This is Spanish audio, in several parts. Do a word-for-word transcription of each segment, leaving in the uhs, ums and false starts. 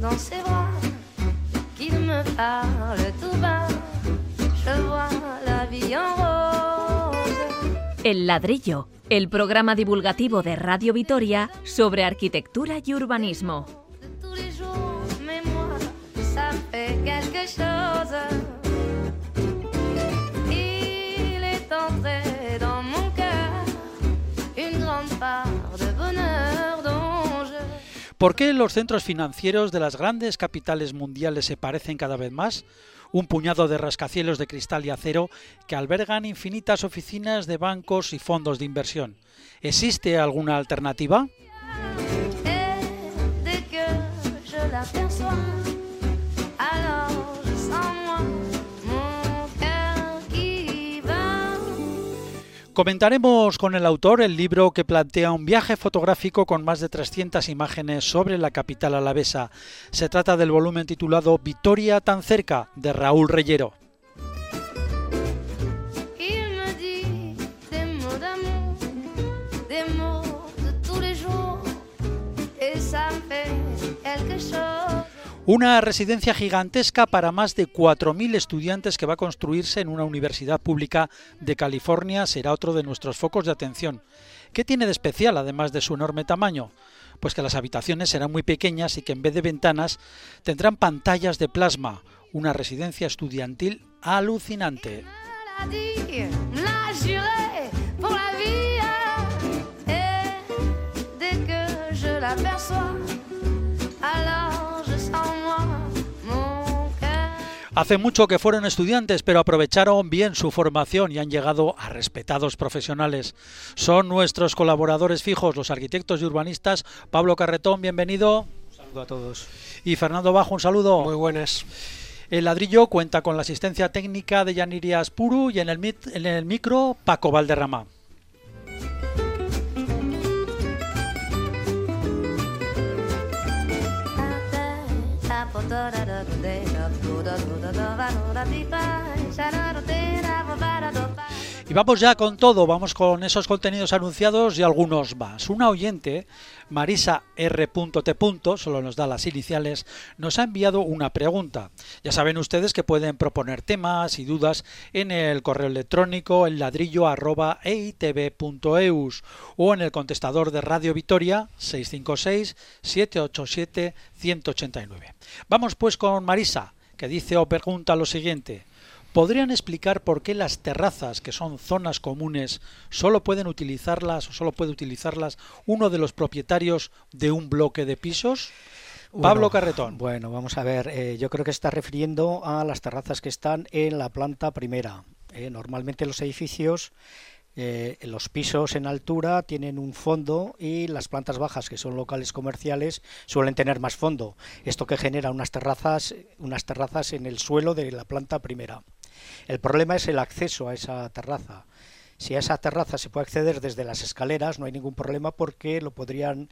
dans ses bras, qu'il me parle tout bas, je vois la vie en rose. El Ladrillo, el programa divulgativo de Radio Vitoria sobre arquitectura y urbanismo. De tous les jours, mais moi, ça fait quelque chose. Il est entré dans mon cœur une grande part de bonheur dont je... ¿Por qué los centros financieros de las grandes capitales mundiales se parecen cada vez más? Un puñado de rascacielos de cristal y acero que albergan infinitas oficinas de bancos y fondos de inversión. ¿Existe alguna alternativa? Comentaremos con el autor el libro que plantea un viaje fotográfico con más de trescientas imágenes sobre la capital alavesa. Se trata del volumen titulado Vitoria tan cerca, de Raúl Reyero. Una residencia gigantesca para más de cuatro mil estudiantes que va a construirse en una universidad pública de California será otro de nuestros focos de atención. ¿Qué tiene de especial, además de su enorme tamaño? Pues que las habitaciones serán muy pequeñas y que en vez de ventanas tendrán pantallas de plasma. Una residencia estudiantil alucinante. Hace mucho que fueron estudiantes, pero aprovecharon bien su formación y han llegado a respetados profesionales. Son nuestros colaboradores fijos, los arquitectos y urbanistas. Pablo Carretón, bienvenido. Un saludo a todos. Y Fernando Bajo, un saludo. Muy buenas. El Ladrillo cuenta con la asistencia técnica de Yaniri Aspuru y en el, mit, en el micro Paco Valderrama. Y vamos ya con todo, vamos con esos contenidos anunciados y algunos más. Una oyente, Marisa R T solo nos da las iniciales, nos ha enviado una pregunta. Ya saben ustedes que pueden proponer temas y dudas en el correo electrónico el ladrillo arroba e i t v punto e u s o en el contestador de Radio Vitoria seis cinco seis, siete ocho siete, uno ocho nueve. Vamos pues con Marisa, que dice o pregunta lo siguiente. ¿Podrían explicar por qué las terrazas, que son zonas comunes, solo pueden utilizarlas o solo puede utilizarlas uno de los propietarios de un bloque de pisos? Bueno, Pablo Carretón. Bueno, vamos a ver, eh, yo creo que está refiriendo a las terrazas que están en la planta primera. Eh, normalmente los edificios, eh, los pisos en altura tienen un fondo y las plantas bajas, que son locales comerciales, suelen tener más fondo. Esto que genera unas terrazas, unas terrazas en el suelo de la planta primera. El problema es el acceso a esa terraza. Si a esa terraza se puede acceder desde las escaleras, no hay ningún problema porque lo podrían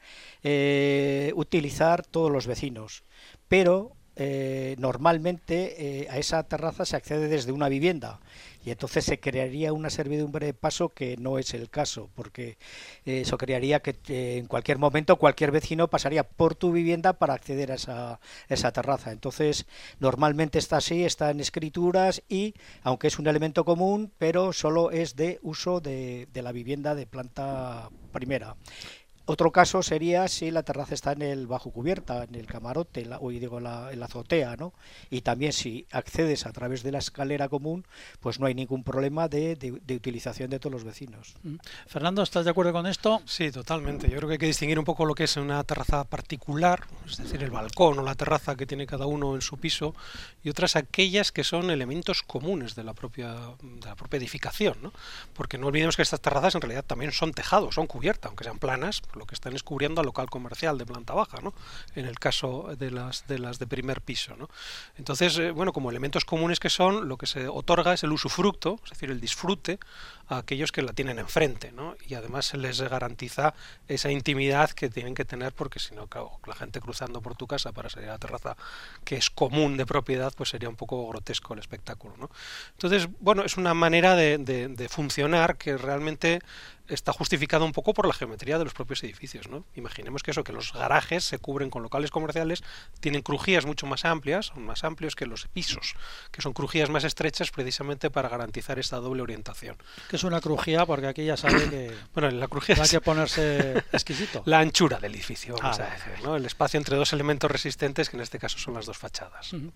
eh, utilizar todos los vecinos. Pero eh, normalmente eh, a esa terraza se accede desde una vivienda y entonces se crearía una servidumbre de paso que no es el caso, porque eh, eso crearía que eh, en cualquier momento cualquier vecino pasaría por tu vivienda para acceder a esa, a esa terraza. Entonces normalmente está así, está en escrituras y aunque es un elemento común, pero solo es de uso de, de la vivienda de planta primera. Otro caso sería si la terraza está en el bajo cubierta, en el camarote, la, o digo la, en la azotea, ¿no? Y también si accedes a través de la escalera común, pues no hay ningún problema de, de, de utilización de todos los vecinos. Fernando, ¿estás de acuerdo con esto? Sí, totalmente. Yo creo que hay que distinguir un poco lo que es una terraza particular, es decir, el balcón o la terraza que tiene cada uno en su piso, y otras aquellas que son elementos comunes de la propia, de la propia edificación, ¿no? Porque no olvidemos que estas terrazas en realidad también son tejados, son cubiertas, aunque sean planas, lo que están es cubriendo al local comercial de planta baja, ¿no? En el caso de las de las de primer piso, ¿no? Entonces, eh, bueno, como elementos comunes que son, lo que se otorga es el usufructo, es decir, el disfrute a aquellos que la tienen enfrente, ¿no? Y además se les garantiza esa intimidad que tienen que tener, porque si no, claro, la gente cruzando por tu casa para salir a la terraza que es común de propiedad, pues sería un poco grotesco el espectáculo, ¿no? Entonces, bueno, es una manera de, de, de funcionar que realmente está justificado un poco por la geometría de los propios edificios, ¿no? Imaginemos que eso, que los garajes se cubren con locales comerciales, tienen crujías mucho más amplias, son más amplios que los pisos, que son crujías más estrechas precisamente para garantizar esta doble orientación. ¿Qué es una crujía? Porque aquí ya sabe que bueno, la crujía hay es que ponerse exquisito. La anchura del edificio, vamos ah, a decir, ¿no? El espacio entre dos elementos resistentes, que en este caso son las dos fachadas. Uh-huh.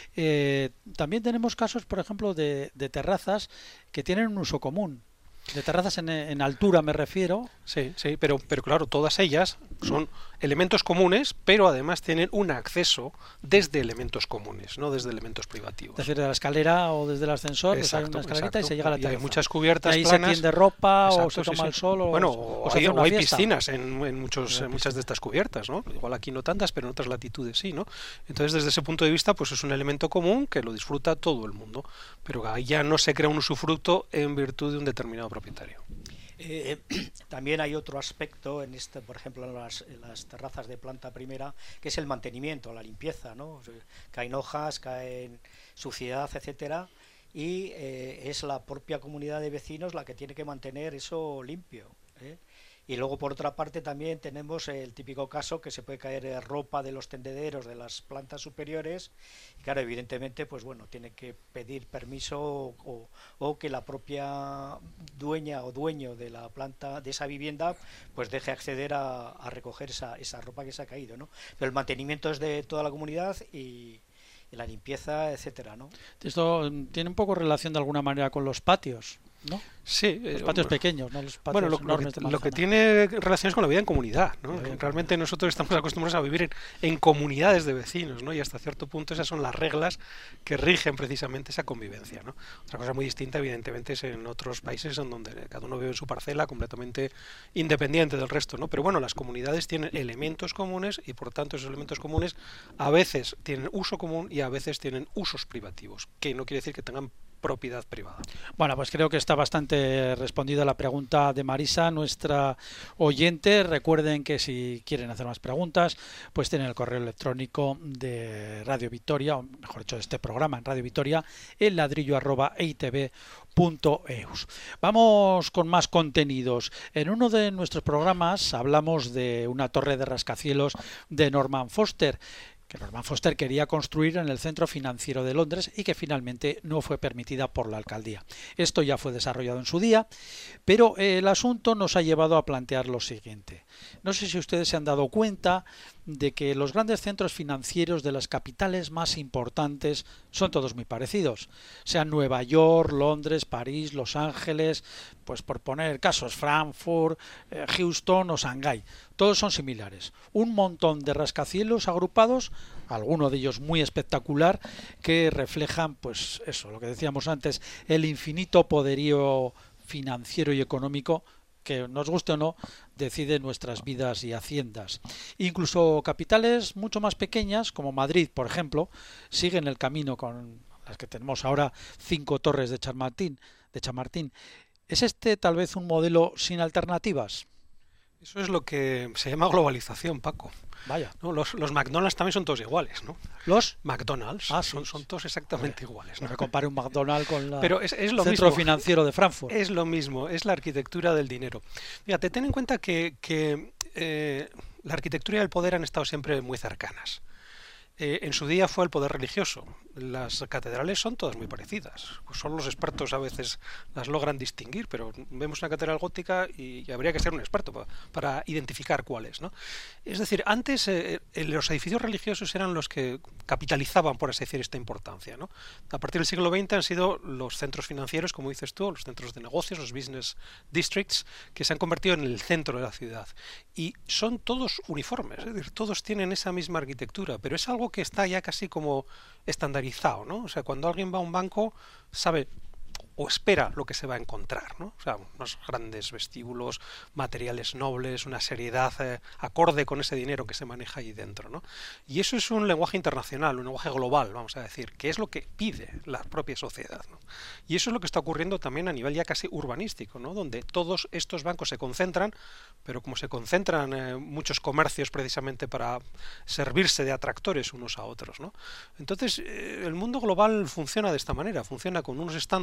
eh, también tenemos casos, por ejemplo, de, de terrazas que tienen un uso común. De terrazas en, en altura me refiero. Sí, sí, pero, pero claro, todas ellas son elementos comunes, pero además tienen un acceso desde elementos comunes, no desde elementos privativos. Es decir, de la escalera o desde el ascensor, exacto, pues hay una escalerita exacto. y se llega a la terraza. Y hay muchas cubiertas y ahí planas. se tiende ropa, exacto, o se toma sí, el sí. sol, o, bueno, o, o se hay, hace una o hay fiesta. piscinas en, en, muchos, en muchas de estas cubiertas, ¿no? Igual aquí no tantas, pero en otras latitudes sí, ¿no? Entonces, desde ese punto de vista, pues es un elemento común que lo disfruta todo el mundo, pero ahí ya no se crea un usufructo en virtud de un determinado propietario. Eh, también hay otro aspecto en este, por ejemplo, en las, en las terrazas de planta primera, que es el mantenimiento, la limpieza, ¿no? O sea, caen hojas, caen suciedad, etcétera, y eh, es la propia comunidad de vecinos la que tiene que mantener eso limpio, ¿eh? Y luego, por otra parte, también tenemos el típico caso que se puede caer ropa de los tendederos de las plantas superiores. Y claro, evidentemente, pues bueno, tiene que pedir permiso o, o que la propia dueña o dueño de la planta, de esa vivienda, pues deje acceder a, a recoger esa, esa ropa que se ha caído, ¿no? Pero el mantenimiento es de toda la comunidad y, y la limpieza, etcétera, ¿no? Esto tiene un poco relación de alguna manera con los patios, ¿no? Sí, los eh, patios bueno, pequeños, no los patios bueno, lo, lo, enormes que, de lo que manzana. tiene relaciones con la vida en comunidad, ¿no? Bien. Realmente nosotros estamos acostumbrados a vivir en, en comunidades de vecinos, ¿no? Y hasta cierto punto esas son las reglas que rigen precisamente esa convivencia, ¿no? Otra cosa muy distinta, evidentemente, es en otros países en donde cada uno vive en su parcela completamente independiente del resto, ¿no? Pero bueno, las comunidades tienen elementos comunes y por tanto esos elementos comunes a veces tienen uso común y a veces tienen usos privativos, que no quiere decir que tengan propiedad privada. Bueno, pues creo que está bastante respondida la pregunta de Marisa, nuestra oyente. Recuerden que si quieren hacer más preguntas, pues tienen el correo electrónico de Radio Vitoria, o mejor dicho, de este programa en Radio Vitoria, el ladrillo arroba e i te ve punto e u s. Vamos con más contenidos. En uno de nuestros programas hablamos de una torre de rascacielos de Norman Foster, que Norman Foster quería construir en el centro financiero de Londres y que finalmente no fue permitida por la alcaldía. Esto ya fue desarrollado en su día, pero el asunto nos ha llevado a plantear lo siguiente. No sé si ustedes se han dado cuenta de que los grandes centros financieros de las capitales más importantes son todos muy parecidos, sean Nueva York, Londres, París, Los Ángeles, pues por poner casos, Frankfurt, eh, Houston o Shanghái. Todos son similares. Un montón de rascacielos agrupados, alguno de ellos muy espectacular, que reflejan, pues eso, lo que decíamos antes, el infinito poderío financiero y económico que, nos guste o no, decide nuestras vidas y haciendas. Incluso capitales mucho más pequeñas, como Madrid, por ejemplo, siguen el camino con las que tenemos ahora cinco torres de Chamartín, de Chamartín. ¿Es este tal vez un modelo sin alternativas? Eso es lo que se llama globalización, Paco. Vaya. ¿No? Los, los McDonald's también son todos iguales, ¿no? ¿Los? McDonald's ah, son, sí. son todos exactamente iguales, ¿no? No me compare un McDonald's con la Pero es, es lo centro mismo. financiero de Frankfurt. Es lo mismo, es la arquitectura del dinero. Fíjate, ten en cuenta que, que eh, la arquitectura y el poder han estado siempre muy cercanas. Eh, en su día fue el poder religioso. Las catedrales son todas muy parecidas. Pues solo los expertos a veces las logran distinguir, pero vemos una catedral gótica y, y habría que ser un experto para, para identificar cuáles, ¿no? Es decir, antes eh, los edificios religiosos eran los que capitalizaban, por así decir, esta importancia, ¿no? A partir del siglo veinte han sido los centros financieros, como dices tú, los centros de negocios, los business districts, que se han convertido en el centro de la ciudad. Y son todos uniformes, es decir, todos tienen esa misma arquitectura, pero es algo que está ya casi como estandarizado, ¿no? O sea, cuando alguien va a un banco, sabe o espera lo que se va a encontrar, ¿no? O sea, unos grandes vestíbulos, materiales nobles, una seriedad eh, acorde con ese dinero que se maneja ahí dentro, ¿no? Y eso es un lenguaje internacional, un lenguaje global, vamos a decir, que es lo que pide la propia sociedad, ¿no? Y eso es lo que está ocurriendo también a nivel ya casi urbanístico, ¿no? Donde todos estos bancos se concentran, pero como se concentran eh, muchos comercios precisamente para servirse de atractores unos a otros, ¿no? Entonces, eh, el mundo global funciona de esta manera, funciona con unos estándares formales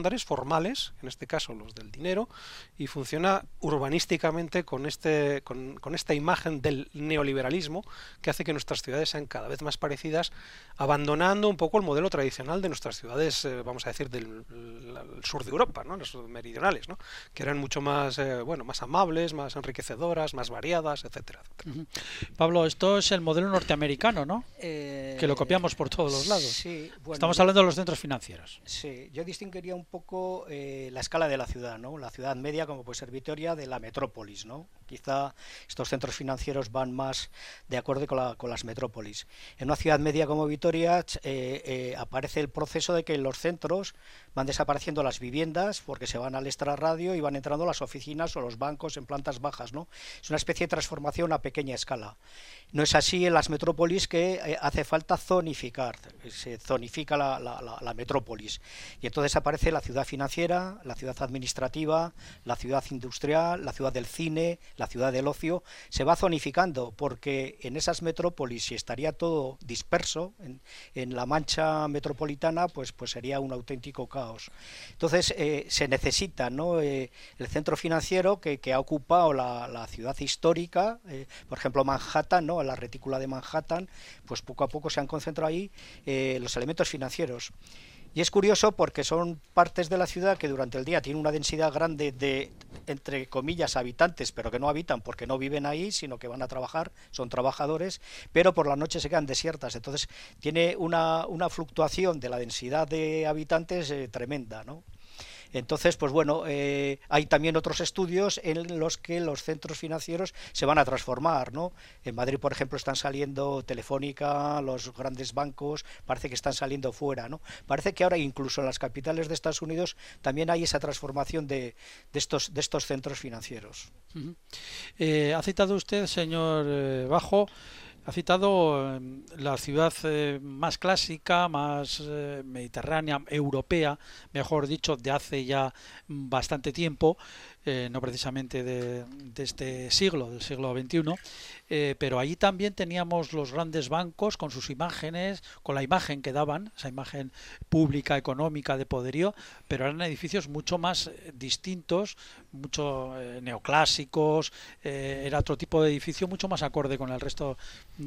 normales, en este caso los del dinero, y funciona urbanísticamente con, este, con, con esta imagen del neoliberalismo que hace que nuestras ciudades sean cada vez más parecidas, abandonando un poco el modelo tradicional de nuestras ciudades, eh, vamos a decir, del el sur de Europa, ¿no? Las meridionales, ¿no? Que eran mucho más, eh, bueno, más amables, más enriquecedoras, más variadas, etcétera, etcétera. Uh-huh. Pablo, esto es el modelo norteamericano, ¿no? Eh, que lo copiamos por todos los lados. Sí, bueno, estamos hablando de los centros financieros. Sí, yo distinguiría un poco eh, la escala de la ciudad, ¿no? La ciudad media, como puede ser Vitoria, de la metrópolis, ¿no? Quizá estos centros financieros van más de acuerdo con, la, con las metrópolis. En una ciudad media como Vitoria eh, eh, aparece el proceso de que en los centros van desapareciendo las viviendas porque se van al extrarradio y van entrando las oficinas o los bancos en plantas bajas, ¿no? Es una especie de transformación a pequeña escala. No es así en las metrópolis, que eh, hace falta zonificar, se zonifica la, la, la, la metrópolis. Y entonces aparece la ciudad financiera, la ciudad administrativa, la ciudad industrial, la ciudad del cine, la ciudad del ocio. Se va zonificando porque en esas metrópolis, si estaría todo disperso en, en la mancha metropolitana, pues, pues sería un auténtico caos. Entonces eh, se necesita, ¿no? eh, el centro financiero que, que ha ocupado la, la ciudad histórica, eh, por ejemplo Manhattan, ¿no? La retícula de Manhattan, pues poco a poco se han concentrado ahí eh, los elementos financieros. Y es curioso porque son partes de la ciudad que durante el día tienen una densidad grande de, entre comillas, habitantes, pero que no habitan porque no viven ahí, sino que van a trabajar, son trabajadores, pero por la noche se quedan desiertas. Entonces tiene una, una fluctuación de la densidad de habitantes eh, tremenda, ¿no? Entonces, pues bueno, eh, hay también otros estudios en los que los centros financieros se van a transformar, ¿no? En Madrid, por ejemplo, están saliendo Telefónica, los grandes bancos, parece que están saliendo fuera, ¿no? Parece que ahora incluso en las capitales de Estados Unidos también hay esa transformación de, de, estos, de estos centros financieros. Uh-huh. eh, ha citado usted, señor eh, Bajo, ha citado eh, la ciudad eh, más clásica, más eh, mediterránea, europea, mejor dicho, de hace ya bastante tiempo, eh, no precisamente de, de este siglo, del siglo veintiuno, eh, pero allí también teníamos los grandes bancos con sus imágenes, con la imagen que daban, esa imagen pública, económica, de poderío, pero eran edificios mucho más eh, distintos, mucho eh, neoclásicos, eh, era otro tipo de edificio mucho más acorde con el resto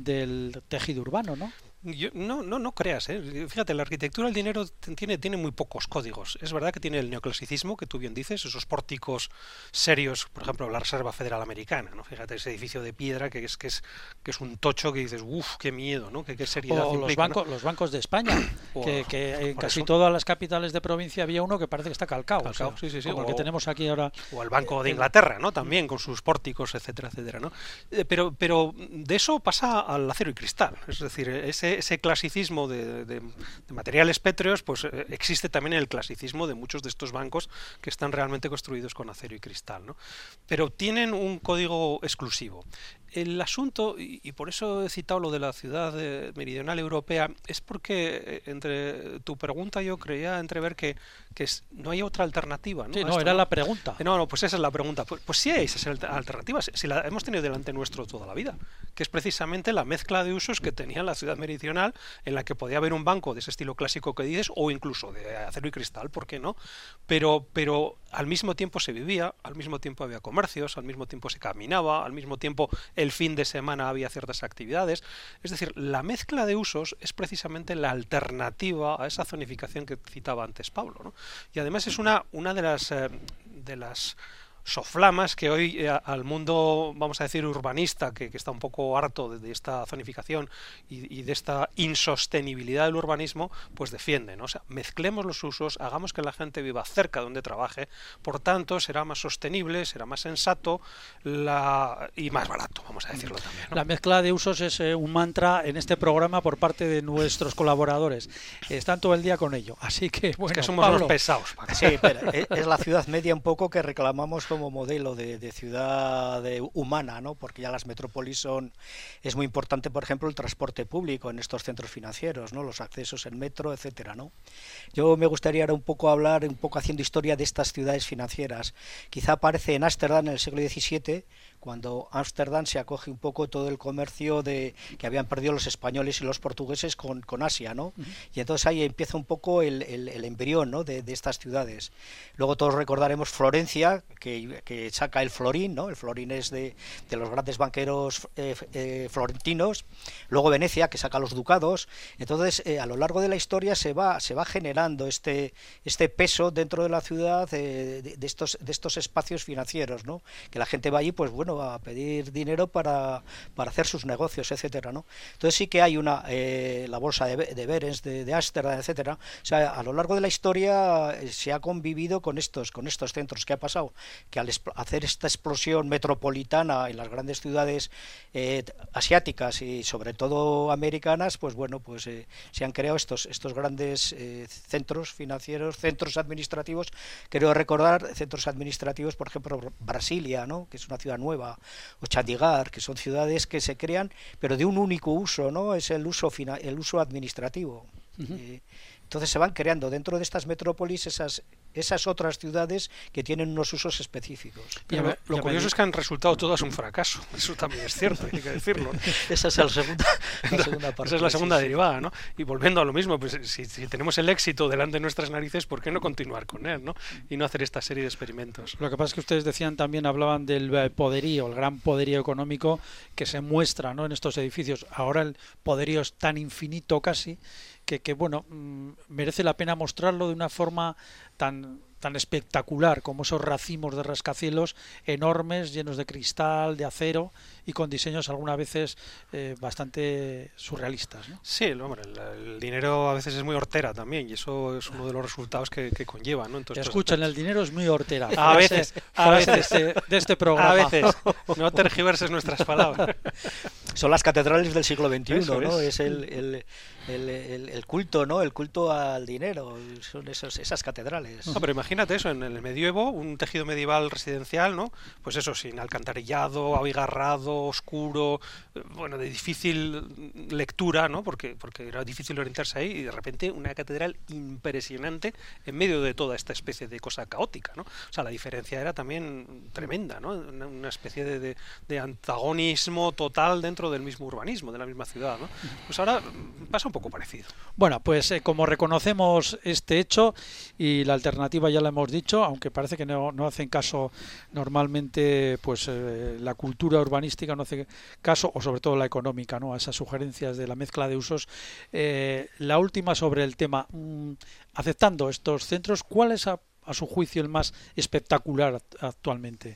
del tejido urbano, ¿no? Yo, no, no, no creas, ¿eh? Fíjate, la arquitectura del dinero tiene, tiene muy pocos códigos. Es verdad que tiene el neoclasicismo, que tú bien dices, esos pórticos serios, por ejemplo, la Reserva Federal Americana, ¿no? Fíjate, ese edificio de piedra que es que es que es un tocho que dices, uff, qué miedo, ¿no? Qué, qué seriedad o implica, los bancos, ¿no? los bancos de España, o, que, que en casi eso. todas las capitales de provincia había uno que parece que está calcado, calcado o sea, sí, sí, sí. como o, el que tenemos aquí ahora. O el Banco de Inglaterra, ¿no? También con sus pórticos, etcétera, etcétera, ¿no? Eh, pero, pero de eso pasa al acero y cristal, es decir, ese, ese clasicismo De, de, de materiales pétreos, pues eh, existe también el clasicismo de muchos de estos bancos que están realmente construidos con acero y cristal, ¿no? Pero tienen un código exclusivo. El asunto, y, y por eso he citado lo de la ciudad eh, meridional europea, es porque eh, entre tu pregunta yo creía entrever que, que es, no hay otra alternativa, ¿no? Sí, A no, esto, era ¿no? la pregunta. No, no, pues esa es la pregunta. Pues, pues sí hay esas alternativas, si la hemos tenido delante nuestro toda la vida, que es precisamente la mezcla de usos que tenía la ciudad meridional, en la que podía haber un banco de ese estilo clásico que dices, o incluso de acero y cristal, ¿por qué no? Pero, pero al mismo tiempo se vivía, al mismo tiempo había comercios, al mismo tiempo se caminaba, al mismo tiempo el fin de semana había ciertas actividades. Es decir, la mezcla de usos es precisamente la alternativa a esa zonificación que citaba antes Pablo, ¿no? Y además es una, una de las eh, de las soflamas que hoy eh, al mundo, vamos a decir, urbanista, que, que está un poco harto de, de esta zonificación y, y de esta insostenibilidad del urbanismo, pues defiende, ¿no? O sea, mezclemos los usos, hagamos que la gente viva cerca de donde trabaje, por tanto será más sostenible, será más sensato la... y más barato, vamos a decirlo también, ¿no? La mezcla de usos es eh, un mantra en este programa por parte de nuestros colaboradores. Están todo el día con ello, así que bueno, es que somos Pablo. los pesados. Sí, pero es la ciudad media un poco que reclamamos como modelo de, de ciudad de, humana, ¿no? Porque ya las metrópolis son, es muy importante, por ejemplo, el transporte público en estos centros financieros, ¿no? Los accesos en metro, etcétera, ¿no? Yo me gustaría ahora un poco hablar, un poco haciendo historia de estas ciudades financieras. Quizá aparece en Ámsterdam en el siglo diecisiete cuando Ámsterdam se acoge un poco todo el comercio de que habían perdido los españoles y los portugueses con, con Asia, ¿no? Uh-huh. Y entonces ahí empieza un poco el, el, el embrión, ¿no? de, de estas ciudades. Luego todos recordaremos Florencia, que, que saca el florín, ¿no? El florín es de, de los grandes banqueros eh, eh, florentinos. Luego Venecia, que saca los ducados. Entonces, eh, a lo largo de la historia se va, se va generando este, este peso dentro de la ciudad eh, de, de, estos, de estos espacios financieros, ¿no? Que la gente va allí, pues bueno, a pedir dinero para, para hacer sus negocios, etcétera, ¿no? Entonces sí que hay una eh, la bolsa de, de Berens, de, de Ámsterdam, etcétera. O sea, a lo largo de la historia eh, se ha convivido con estos, con estos centros. ¿Qué ha pasado? Que al hacer esta explosión metropolitana en las grandes ciudades eh, asiáticas y sobre todo americanas, pues bueno, pues eh, se han creado estos, estos grandes eh, centros financieros, centros administrativos. Quiero recordar centros administrativos, por ejemplo, Brasilia, ¿no? Que es una ciudad nueva, o Chandigarh, que son ciudades que se crean, pero de un único uso, ¿no? Es el uso fina, el uso administrativo. Uh-huh. Eh, entonces se van creando dentro de estas metrópolis esas esas otras ciudades que tienen unos usos específicos. Pero lo, lo curioso es que han resultado todas un fracaso. Eso también es cierto, hay que decirlo. Esa es la segunda, la segunda parte. Esa es la segunda sí, derivada, sí. ¿no? Y volviendo a lo mismo, pues si, si tenemos el éxito delante de nuestras narices, ¿por qué no continuar con él, ¿no? Y no hacer esta serie de experimentos. Lo que pasa es que ustedes decían también, hablaban del poderío, el gran poderío económico que se muestra, ¿no? En estos edificios. Ahora el poderío es tan infinito casi que, que bueno, mmm, merece la pena mostrarlo de una forma tan tan espectacular como esos racimos de rascacielos enormes, llenos de cristal, de acero y con diseños algunas veces eh, bastante surrealistas, ¿no? Sí, hombre, el, el dinero a veces es muy hortera también y eso es uno de los resultados que, que conlleva, ¿no? Entonces, escuchen, el dinero es muy hortera. A veces, a veces de este, de este programa. A veces, no tergiverses nuestras palabras. Son las catedrales del siglo veintiuno, Eso ¿no? es, es el, el, el, el, el culto, ¿no? El culto al dinero, son esos, esas catedrales. No, pero imagínate eso, en el medievo, un tejido medieval residencial, ¿no? Pues eso, sin alcantarillado, abigarrado, oscuro, bueno, de difícil lectura, ¿no? Porque, porque era difícil orientarse ahí y de repente una catedral impresionante en medio de toda esta especie de cosa caótica, ¿no? O sea, la diferencia era también tremenda, ¿no? Una, una especie de, de, de antagonismo total dentro del mismo urbanismo, de la misma ciudad, ¿no? Pues ahora pasa un poco parecido. Bueno, pues eh, como reconocemos este hecho y la alternativa ya la hemos dicho, aunque parece que no, no hacen caso normalmente, pues eh, la cultura urbanística no hace caso, o sobre todo la económica, ¿no? A esas sugerencias de la mezcla de usos. Eh, la última sobre el tema, mmm, aceptando estos centros, ¿cuál es a, a su juicio el más espectacular actualmente?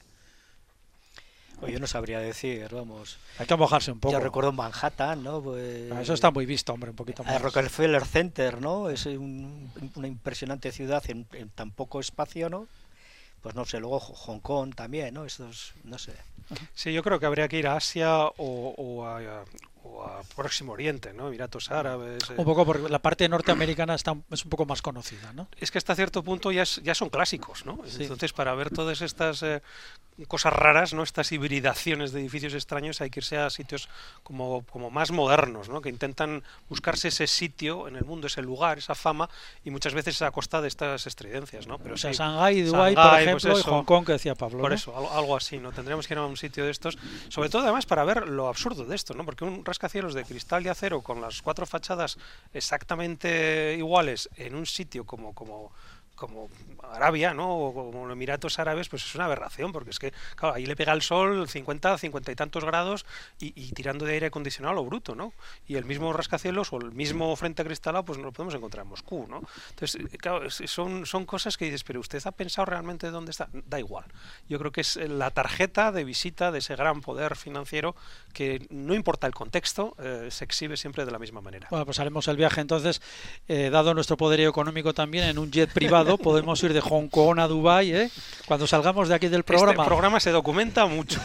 Pues yo no sabría decir, vamos. Hay que mojarse un poco. Yo recuerdo Manhattan, ¿no? Pues, eso está muy visto, hombre, un poquito más. El Rockefeller Center, ¿no? Es un, una impresionante ciudad en, en tan poco espacio, ¿no? Pues no sé, luego Hong Kong también, ¿no? Estos, no sé. Sí, yo creo que habría que ir a Asia o, o a... a o a Próximo Oriente, ¿no? Emiratos Árabes. Eh. Un poco porque la parte norteamericana está es un poco más conocida, ¿no? Es que hasta cierto punto ya, es, ya son clásicos, ¿no? Sí. Entonces, para ver todas estas eh, cosas raras, ¿no? Estas hibridaciones de edificios extraños, hay que irse a sitios como, como más modernos, ¿no? Que intentan buscarse ese sitio en el mundo, ese lugar, esa fama, y muchas veces a costa de estas estridencias, ¿no? Pero o sea, sí, Shanghái, Dubái, por ejemplo, pues eso, y Hong Kong, que decía Pablo, por ¿no? eso, algo, algo así, ¿no? Tendríamos que ir a un sitio de estos, sobre todo además para ver lo absurdo de esto, ¿no? Porque un rascacielos de cristal de acero con las cuatro fachadas exactamente iguales en un sitio como como como Arabia, ¿no? O como los Emiratos Árabes, pues es una aberración, porque es que, claro, ahí le pega el sol cincuenta, cincuenta y tantos grados y, y tirando de aire acondicionado a lo bruto, ¿no? Y el mismo rascacielos o el mismo frente acristalado, pues no lo podemos encontrar en Moscú, ¿no? Entonces, claro, son, son cosas que dices, pero ¿usted ha pensado realmente dónde está? Da igual. Yo creo que es la tarjeta de visita de ese gran poder financiero que, no importa el contexto, eh, se exhibe siempre de la misma manera. Bueno, pues haremos el viaje entonces, eh, dado nuestro poderío económico también, en un jet privado, podemos ir de Hong Kong a Dubái, ¿eh? Cuando salgamos de aquí del programa. Este programa se documenta mucho.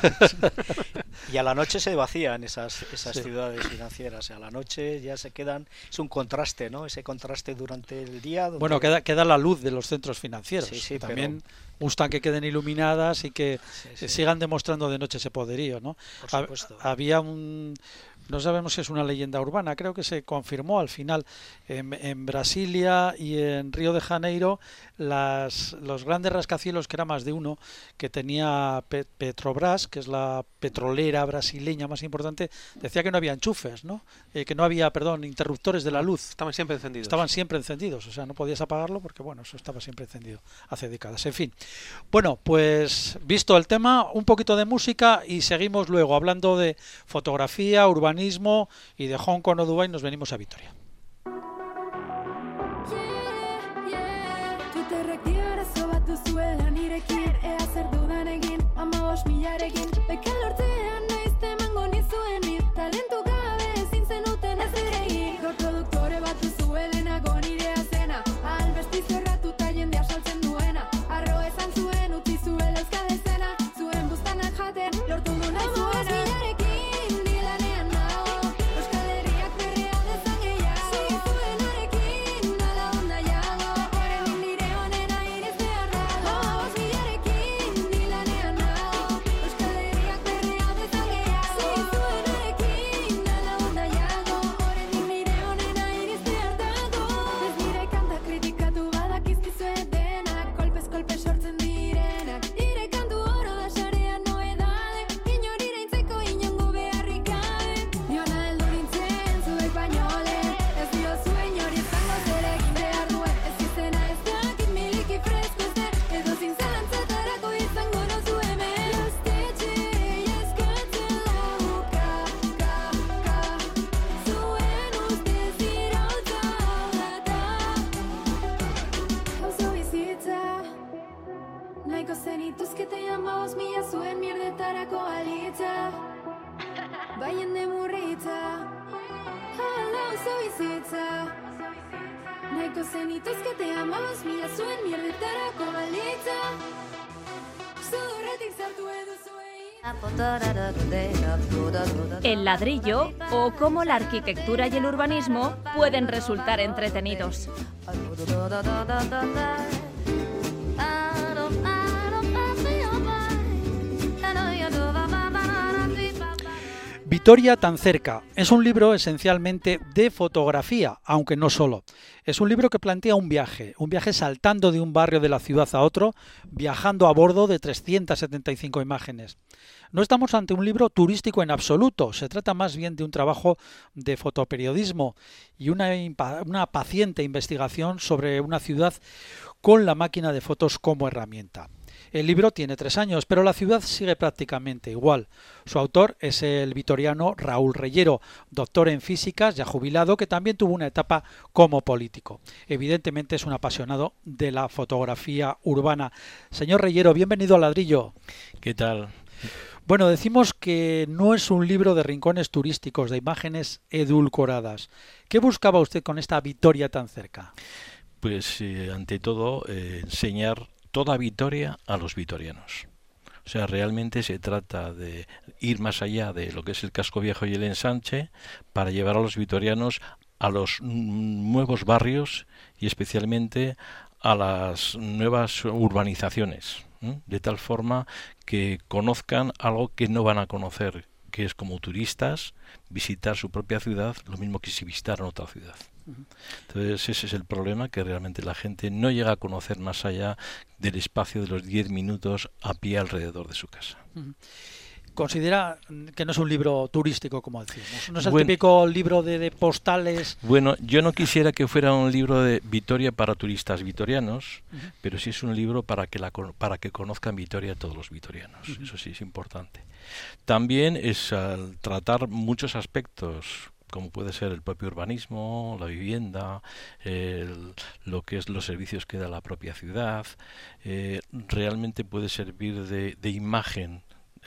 Y a la noche se vacían esas, esas sí. ciudades financieras. A la noche ya se quedan, es un contraste, ¿no? Ese contraste durante el día. Donde... Bueno, queda, queda la luz de los centros financieros. Sí, sí, también pero... gustan que queden iluminadas y que sí, sí. sigan demostrando de noche ese poderío, ¿no? Por supuesto. Había un, No sabemos si es una leyenda urbana, creo que se confirmó al final en, en Brasilia y en Río de Janeiro las, los grandes rascacielos, que era más de uno, que tenía Pe Petrobras, que es la petrolera brasileña más importante, decía que no había enchufes, ¿no? Eh, que no había, perdón, interruptores de la luz. Estaban siempre encendidos. Estaban siempre encendidos, o sea, no podías apagarlo porque, bueno, eso estaba siempre encendido hace décadas. En fin, bueno, pues visto el tema, un poquito de música y seguimos luego hablando de fotografía, urbanismo y de Hong Kong o Dubai nos venimos a Vitoria. El ladrillo o cómo la arquitectura y el urbanismo pueden resultar entretenidos. Vitoria tan cerca es un libro esencialmente de fotografía, aunque no solo. Es un libro que plantea un viaje, un viaje saltando de un barrio de la ciudad a otro, viajando a bordo de trescientas setenta y cinco imágenes. No estamos ante un libro turístico en absoluto, se trata más bien de un trabajo de fotoperiodismo y una, una paciente investigación sobre una ciudad con la máquina de fotos como herramienta. El libro tiene tres años, pero la ciudad sigue prácticamente igual. Su autor es el vitoriano Raúl Reyero, doctor en físicas, ya jubilado, que también tuvo una etapa como político. Evidentemente es un apasionado de la fotografía urbana. Señor Reyero, bienvenido a Ladrillo. ¿Qué tal? Bueno, decimos que no es un libro de rincones turísticos, de imágenes edulcoradas. ¿Qué buscaba usted con esta Vitoria tan cerca? Pues, eh, ante todo, eh, enseñar toda Vitoria a los vitorianos. O sea, realmente se trata de ir más allá de lo que es el casco viejo y el ensanche para llevar a los vitorianos a los nuevos barrios y especialmente a las nuevas urbanizaciones, ¿eh? De tal forma que conozcan algo que no van a conocer, que es como turistas visitar su propia ciudad, lo mismo que si visitaran otra ciudad. Entonces ese es el problema, que realmente la gente no llega a conocer más allá del espacio de los diez minutos a pie alrededor de su casa. ¿Considera que no es un libro turístico, como decimos? ¿No es el bueno, típico libro de, de postales? Bueno, yo no quisiera que fuera un libro de Vitoria para turistas vitorianos, uh-huh. pero sí es un libro para que, la, para que conozcan Vitoria todos los vitorianos. Uh-huh. Eso sí es importante. También es al tratar muchos aspectos, como puede ser el propio urbanismo, la vivienda, el, lo que es los servicios que da la propia ciudad, eh, realmente puede servir de, de imagen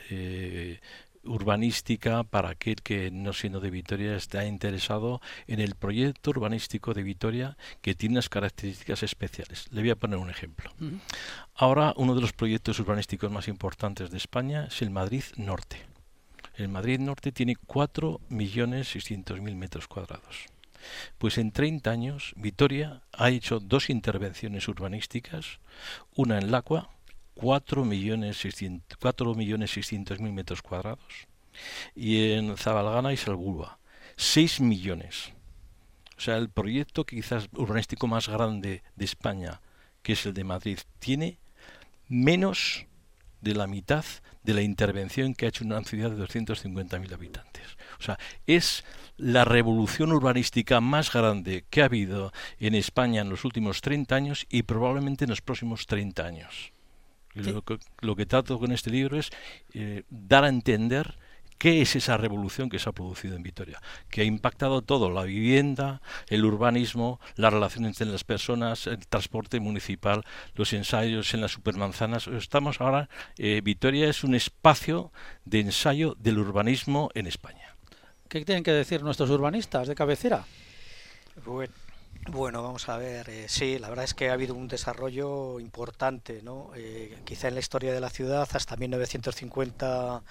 eh, urbanística para aquel que, no siendo de Vitoria, está interesado en el proyecto urbanístico de Vitoria, que tiene unas características especiales. Le voy a poner un ejemplo. Uh-huh. Ahora, uno de los proyectos urbanísticos más importantes de España es el Madrid Norte. El Madrid Norte tiene cuatro millones seiscientos mil metros cuadrados. Pues en treinta años, Vitoria ha hecho dos intervenciones urbanísticas, una en Lacua, cuatro millones seiscientos mil metros cuadrados, y en Zabalgana y Salburua. seis millones. O sea, el proyecto quizás urbanístico más grande de España, que es el de Madrid, tiene menos de la mitad de la intervención que ha hecho una ciudad de doscientos cincuenta mil habitantes. O sea, es la revolución urbanística más grande que ha habido en España en los últimos treinta años y probablemente en los próximos treinta años. Sí. Lo, que, lo que trato con este libro es eh, dar a entender qué es esa revolución que se ha producido en Vitoria, que ha impactado todo, la vivienda, el urbanismo, las relaciones entre las personas, el transporte municipal, los ensayos en las supermanzanas. Estamos ahora, eh, Vitoria es un espacio de ensayo del urbanismo en España. ¿Qué tienen que decir nuestros urbanistas de cabecera? Bueno. Bueno, vamos a ver, eh, sí, la verdad es que ha habido un desarrollo importante, ¿no? Eh, quizá en la historia de la ciudad hasta mil novecientos cincuenta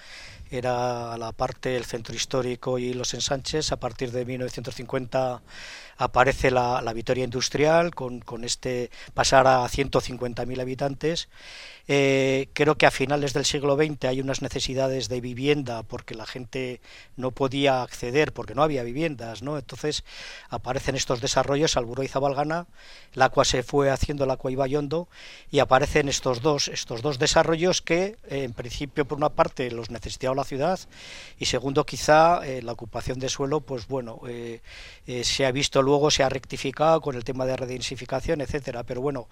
era la parte, el centro histórico y los ensanches. A partir de mil novecientos cincuenta aparece la, la Vitoria industrial con, con este pasar a ciento cincuenta mil habitantes. Eh, creo que a finales del siglo veinte hay unas necesidades de vivienda porque la gente no podía acceder porque no había viviendas, ¿no? Entonces aparecen estos desarrollos, Salburua y Zabalgana, el Aqua se fue haciendo, el Aqua Ibaiondo, y aparecen estos dos, estos dos desarrollos que eh, en principio por una parte los necesitaba la ciudad y segundo quizá eh, la ocupación de suelo, pues bueno, eh, eh, se ha visto luego, se ha rectificado con el tema de redensificación, etcétera, pero bueno,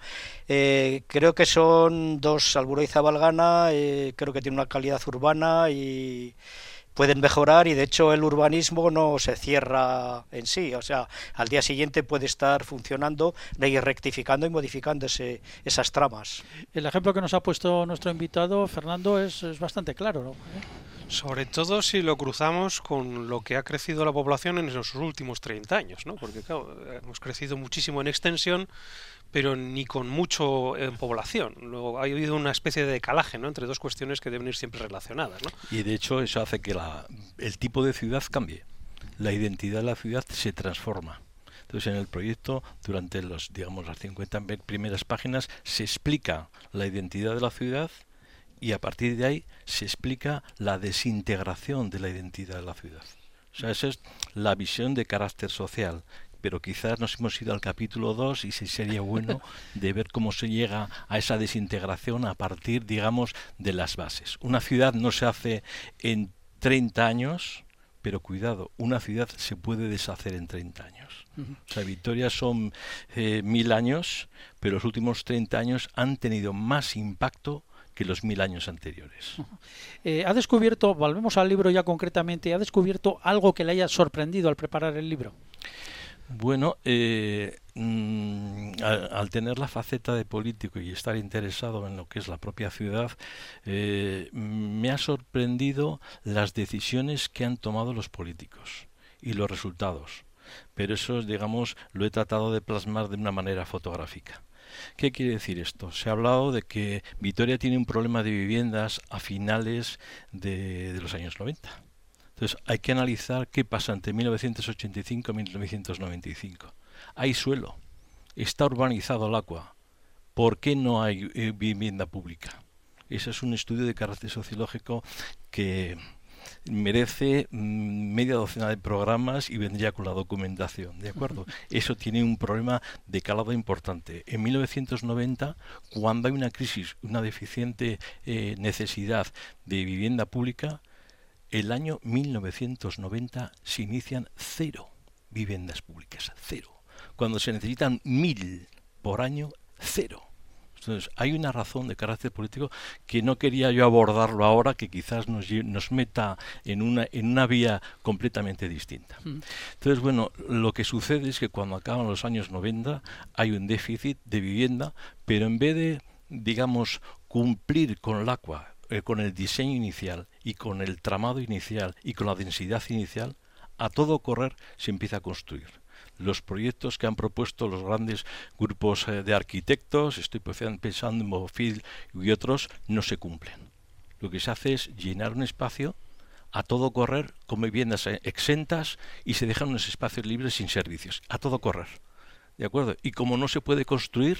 eh, creo que son dos, Salburua y Zabalgana, eh, creo que tienen una calidad urbana y pueden mejorar, y de hecho el urbanismo no se cierra en sí, o sea, al día siguiente puede estar funcionando, ir rectificando y modificando ese, esas tramas. El ejemplo que nos ha puesto nuestro invitado, Fernando, es, es bastante claro, ¿no? Sobre todo si lo cruzamos con lo que ha crecido la población en esos últimos treinta años, ¿no? Porque claro, hemos crecido muchísimo en extensión, pero ni con mucho en población. Luego ha habido una especie de decalaje, ¿no?, entre dos cuestiones que deben ir siempre relacionadas, ¿no? Y de hecho eso hace que la, el tipo de ciudad cambie. La identidad de la ciudad se transforma. Entonces en el proyecto, durante los, digamos, las cincuenta primeras páginas, se explica la identidad de la ciudad y a partir de ahí se explica la desintegración de la identidad de la ciudad. O sea, esa es la visión de carácter social. Pero quizás nos hemos ido al capítulo dos y sí sería bueno de ver cómo se llega a esa desintegración a partir, digamos, de las bases. Una ciudad no se hace en treinta años, pero cuidado, una ciudad se puede deshacer en treinta años. Uh-huh. O sea, Vitoria son eh, mil años, pero los últimos treinta años han tenido más impacto que los mil años anteriores. Uh-huh. Eh, ¿Ha descubierto, volvemos al libro ya concretamente, ha descubierto algo que le haya sorprendido al preparar el libro? Bueno, eh, mmm, al, al tener la faceta de político y estar interesado en lo que es la propia ciudad, eh, me ha sorprendido las decisiones que han tomado los políticos y los resultados. Pero eso, digamos, lo he tratado de plasmar de una manera fotográfica. ¿Qué quiere decir esto? Se ha hablado de que Vitoria tiene un problema de viviendas a finales de, de los años noventa. Entonces hay que analizar qué pasa entre mil novecientos ochenta y cinco y mil novecientos noventa y cinco. Hay suelo, está urbanizado el Aqua. ¿Por qué no hay eh, vivienda pública? Ese es un estudio de carácter sociológico que merece mmm, media docena de programas y vendría con la documentación, ¿de acuerdo? Eso tiene un problema de calado importante. En mil novecientos noventa, cuando hay una crisis, una deficiente eh, necesidad de vivienda pública, el año mil novecientos noventa se inician cero viviendas públicas, cero. Cuando se necesitan mil por año, cero. Entonces, hay una razón de carácter político que no quería yo abordarlo ahora, que quizás nos, nos meta en una, en una vía completamente distinta. Entonces, bueno, lo que sucede es que cuando acaban los años noventa hay un déficit de vivienda, pero en vez de, digamos, cumplir con el Aqua, con el diseño inicial y con el tramado inicial y con la densidad inicial, a todo correr se empieza a construir. Los proyectos que han propuesto los grandes grupos eh, de arquitectos, estoy pensando en Mofil y otros, no se cumplen. Lo que se hace es llenar un espacio a todo correr con viviendas exentas y se dejan unos espacios libres sin servicios, a todo correr. ¿De acuerdo? Y como no se puede construir,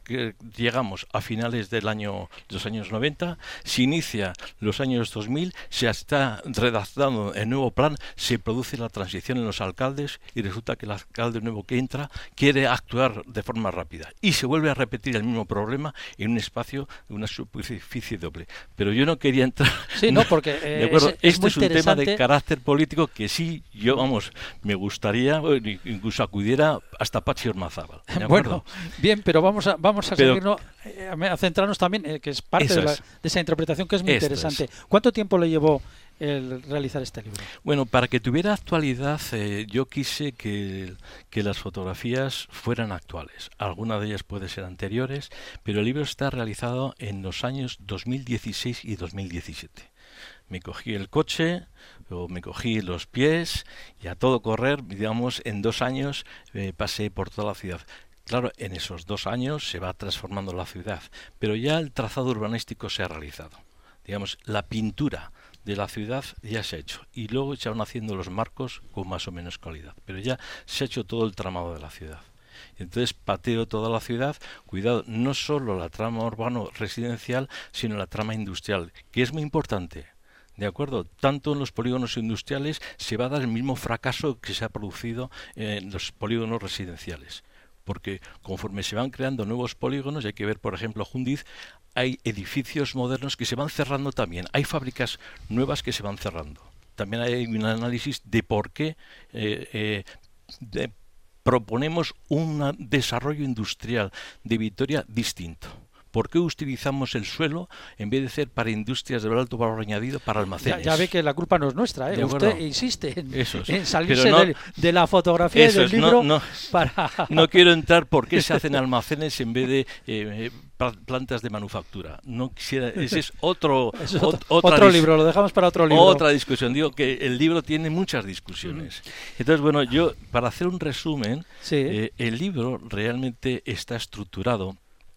que llegamos a finales del año de los años noventa, se inicia los años dos mil, se está redactando el nuevo plan, se produce la transición en los alcaldes y resulta que el alcalde nuevo que entra quiere actuar de forma rápida y se vuelve a repetir el mismo problema en un espacio de una superficie doble. Pero yo no quería entrar... Sí, no, porque eh, de acuerdo, es, es este muy es un tema interesante. de carácter político que sí, yo, vamos, me gustaría, bueno, incluso acudiera hasta Pachi Ormazábal. ¿De acuerdo? Bueno, bien, pero vamos a vamos a Pero, seguirnos, eh, a centrarnos también, eh, que es parte de, la, es. de esa interpretación que es muy Esto interesante. es. ¿Cuánto tiempo le llevó el realizar este libro? Bueno, para que tuviera actualidad, eh, yo quise que, que las fotografías fueran actuales. Algunas de ellas pueden ser anteriores, pero el libro está realizado en los años dos mil dieciséis y dos mil diecisiete. Me cogí el coche, o me cogí los pies, y a todo correr, digamos, en dos años eh, pasé por toda la ciudad. Claro, en esos dos años se va transformando la ciudad, pero ya el trazado urbanístico se ha realizado. Digamos, la pintura de la ciudad ya se ha hecho, y luego se van haciendo los marcos con más o menos calidad, pero ya se ha hecho todo el tramado de la ciudad. Entonces pateo toda la ciudad, cuidado, no solo la trama urbano-residencial, sino la trama industrial, que es muy importante. ¿De acuerdo? Tanto en los polígonos industriales se va a dar el mismo fracaso que se ha producido en los polígonos residenciales. Porque conforme se van creando nuevos polígonos, hay que ver, por ejemplo, Jundiz, hay edificios modernos que se van cerrando también. Hay fábricas nuevas que se van cerrando. También hay un análisis de por qué eh, eh, de, proponemos un desarrollo industrial de Vitoria distinto. ¿Por qué utilizamos el suelo en vez de ser para industrias de alto valor añadido para almacenes? Ya, ya ve que la culpa no es nuestra, ¿eh? Usted insiste en, es. en salirse no, de, de la fotografía y del es, libro no, no, para... No quiero entrar por qué se hacen almacenes en vez de eh, plantas de manufactura. No quisiera, ese es otro, es otro, ot, otra otro libro, lo dejamos para otro libro. Otra discusión. Digo que el libro tiene muchas discusiones. Entonces, bueno, yo, para hacer un resumen, sí. eh, el libro realmente está estructurado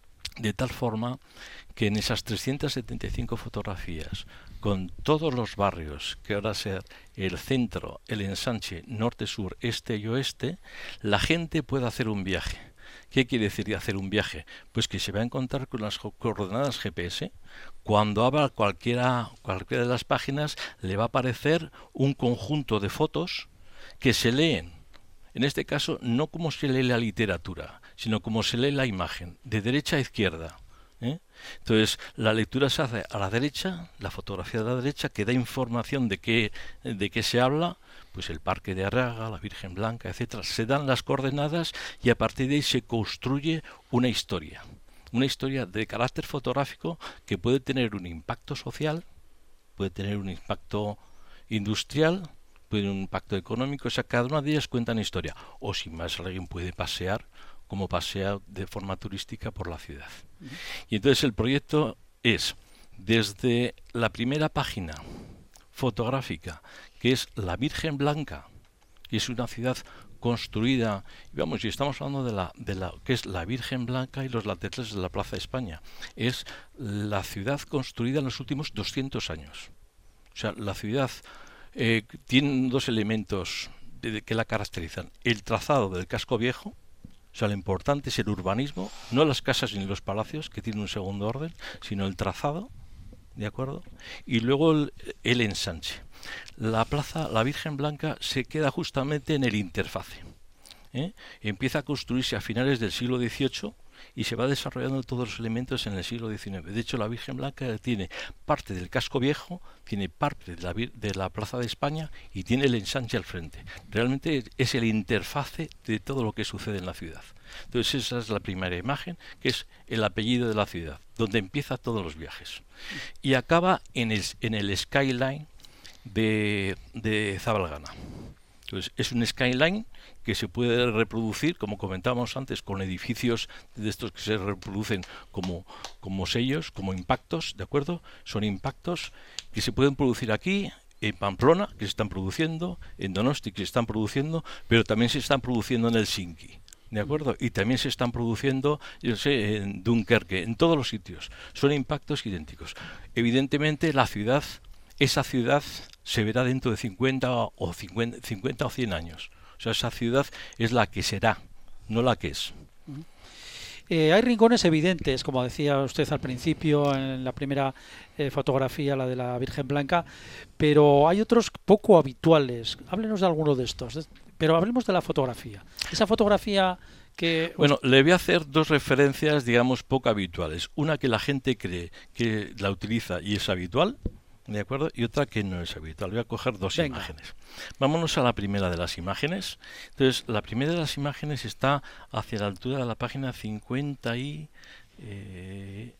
de tal forma que en esas trescientas setenta y cinco fotografías, con todos los barrios, que ahora ser el centro, el ensanche, norte, sur, este y oeste, la gente puede hacer un viaje. ¿Qué quiere decir hacer un viaje? Pues que se va a encontrar con las coordenadas G P S. Cuando abra cualquiera, cualquiera de las páginas, le va a aparecer un conjunto de fotos que se leen. En este caso, no como se lee la literatura, sino como se lee la imagen, de derecha a izquierda. ¿Eh? Entonces, la lectura se hace a la derecha, la fotografía de la derecha, que da información de qué, de qué se habla, pues el Parque de Arriaga, la Virgen Blanca, etcétera. Se dan las coordenadas y a partir de ahí se construye una historia. Una historia de carácter fotográfico que puede tener un impacto social, puede tener un impacto industrial, puede tener un impacto económico. O sea, cada una de ellas cuenta una historia. O sin más, alguien puede pasear como pasea de forma turística por la ciudad. Uh-huh. Y entonces el proyecto es, desde la primera página fotográfica, que es la Virgen Blanca, que es una ciudad construida, vamos, y estamos hablando de la, de la que es la Virgen Blanca y los laterales de la Plaza de España, es la ciudad construida en los últimos doscientos años. O sea, la ciudad eh, tiene dos elementos de, de, que la caracterizan. El trazado del casco viejo. O sea, lo importante es el urbanismo, no las casas ni los palacios, que tienen un segundo orden, sino el trazado, ¿de acuerdo? Y luego el, el ensanche. La plaza, la Virgen Blanca, se queda justamente en el interfase. ¿eh? Empieza a construirse a finales del siglo dieciocho y se va desarrollando todos los elementos en el siglo diecinueve. De hecho, la Virgen Blanca tiene parte del casco viejo, tiene parte de la, de la Plaza de España y tiene el ensanche al frente. Realmente es el interfase de todo lo que sucede en la ciudad. Entonces esa es la primera imagen, que es el apellido de la ciudad, donde empieza todos los viajes. Y acaba en el, en el skyline de, de Zabalgana. Entonces, es un skyline que se puede reproducir, como comentábamos antes, con edificios de estos que se reproducen como, como sellos, como impactos, ¿de acuerdo? Son impactos que se pueden producir aquí, en Pamplona, que se están produciendo, en Donosti, que se están produciendo, pero también se están produciendo en Helsinki, ¿de acuerdo? Y también se están produciendo, yo sé, en Dunkerque, en todos los sitios. Son impactos idénticos. Evidentemente, la ciudad, esa ciudad se verá dentro de cincuenta o cien años. O sea, esa ciudad es la que será, no la que es. Eh, hay rincones evidentes, como decía usted al principio, en la primera eh, fotografía, la de la Virgen Blanca, pero hay otros poco habituales. Háblenos de alguno de estos, pero hablemos de la fotografía. Esa fotografía que... Bueno, le voy a hacer dos referencias, digamos, poco habituales. Una que la gente cree que la utiliza y es habitual, ¿de acuerdo? Y otra que no es habitual. Voy a coger dos Venga. imágenes. Vámonos a la primera de las imágenes. Entonces, la primera de las imágenes está hacia la altura de la página cincuenta y... Eh,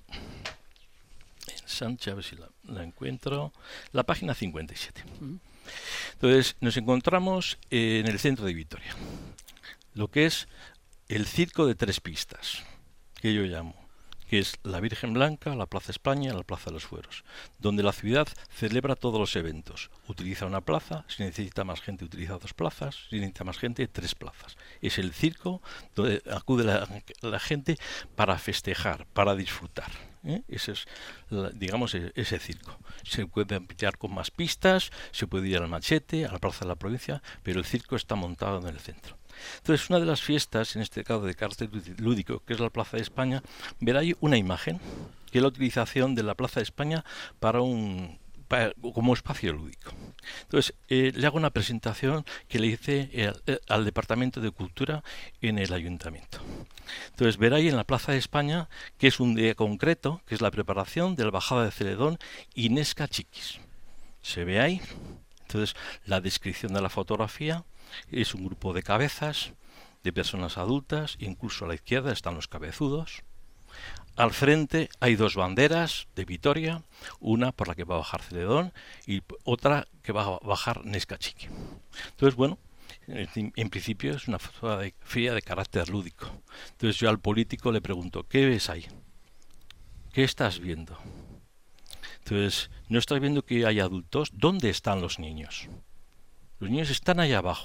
ensanche, a ver si la, la encuentro. La página cincuenta y siete. Entonces, nos encontramos eh, en el centro de Vitoria. Lo que es el circo de tres pistas, que yo llamo, que es la Virgen Blanca, la Plaza España y la Plaza de los Fueros, donde la ciudad celebra todos los eventos. Utiliza una plaza, si necesita más gente utiliza dos plazas, si necesita más gente tres plazas. Es el circo donde acude la, la gente para festejar, para disfrutar. ¿eh? Ese es, la, digamos, ese circo. Se puede ampliar con más pistas, se puede ir al Machete, a la Plaza de la Provincia, pero el circo está montado en el centro. Entonces, una de las fiestas, en este caso de carácter lúdico, que es la Plaza de España, verá ahí una imagen, que es la utilización de la Plaza de España para un para, como espacio lúdico. Entonces, eh, le hago una presentación que le hice eh, eh, al Departamento de Cultura en el Ayuntamiento. Entonces, verá ahí en la Plaza de España que es un día concreto, que es la preparación de la bajada de Celedón y Nesca Chiquis. Se ve ahí. Entonces, la descripción de la fotografía es un grupo de cabezas, de personas adultas, incluso a la izquierda están los cabezudos. Al frente hay dos banderas de Vitoria, una por la que va a bajar Celedón y otra que va a bajar Nesca Chiqui. Entonces, bueno, en, en principio es una fotografía de carácter lúdico. Entonces yo al político le pregunto, ¿qué ves ahí? ¿Qué estás viendo? Entonces, ¿no estás viendo que hay adultos? ¿Dónde están los niños? Los niños están allá abajo.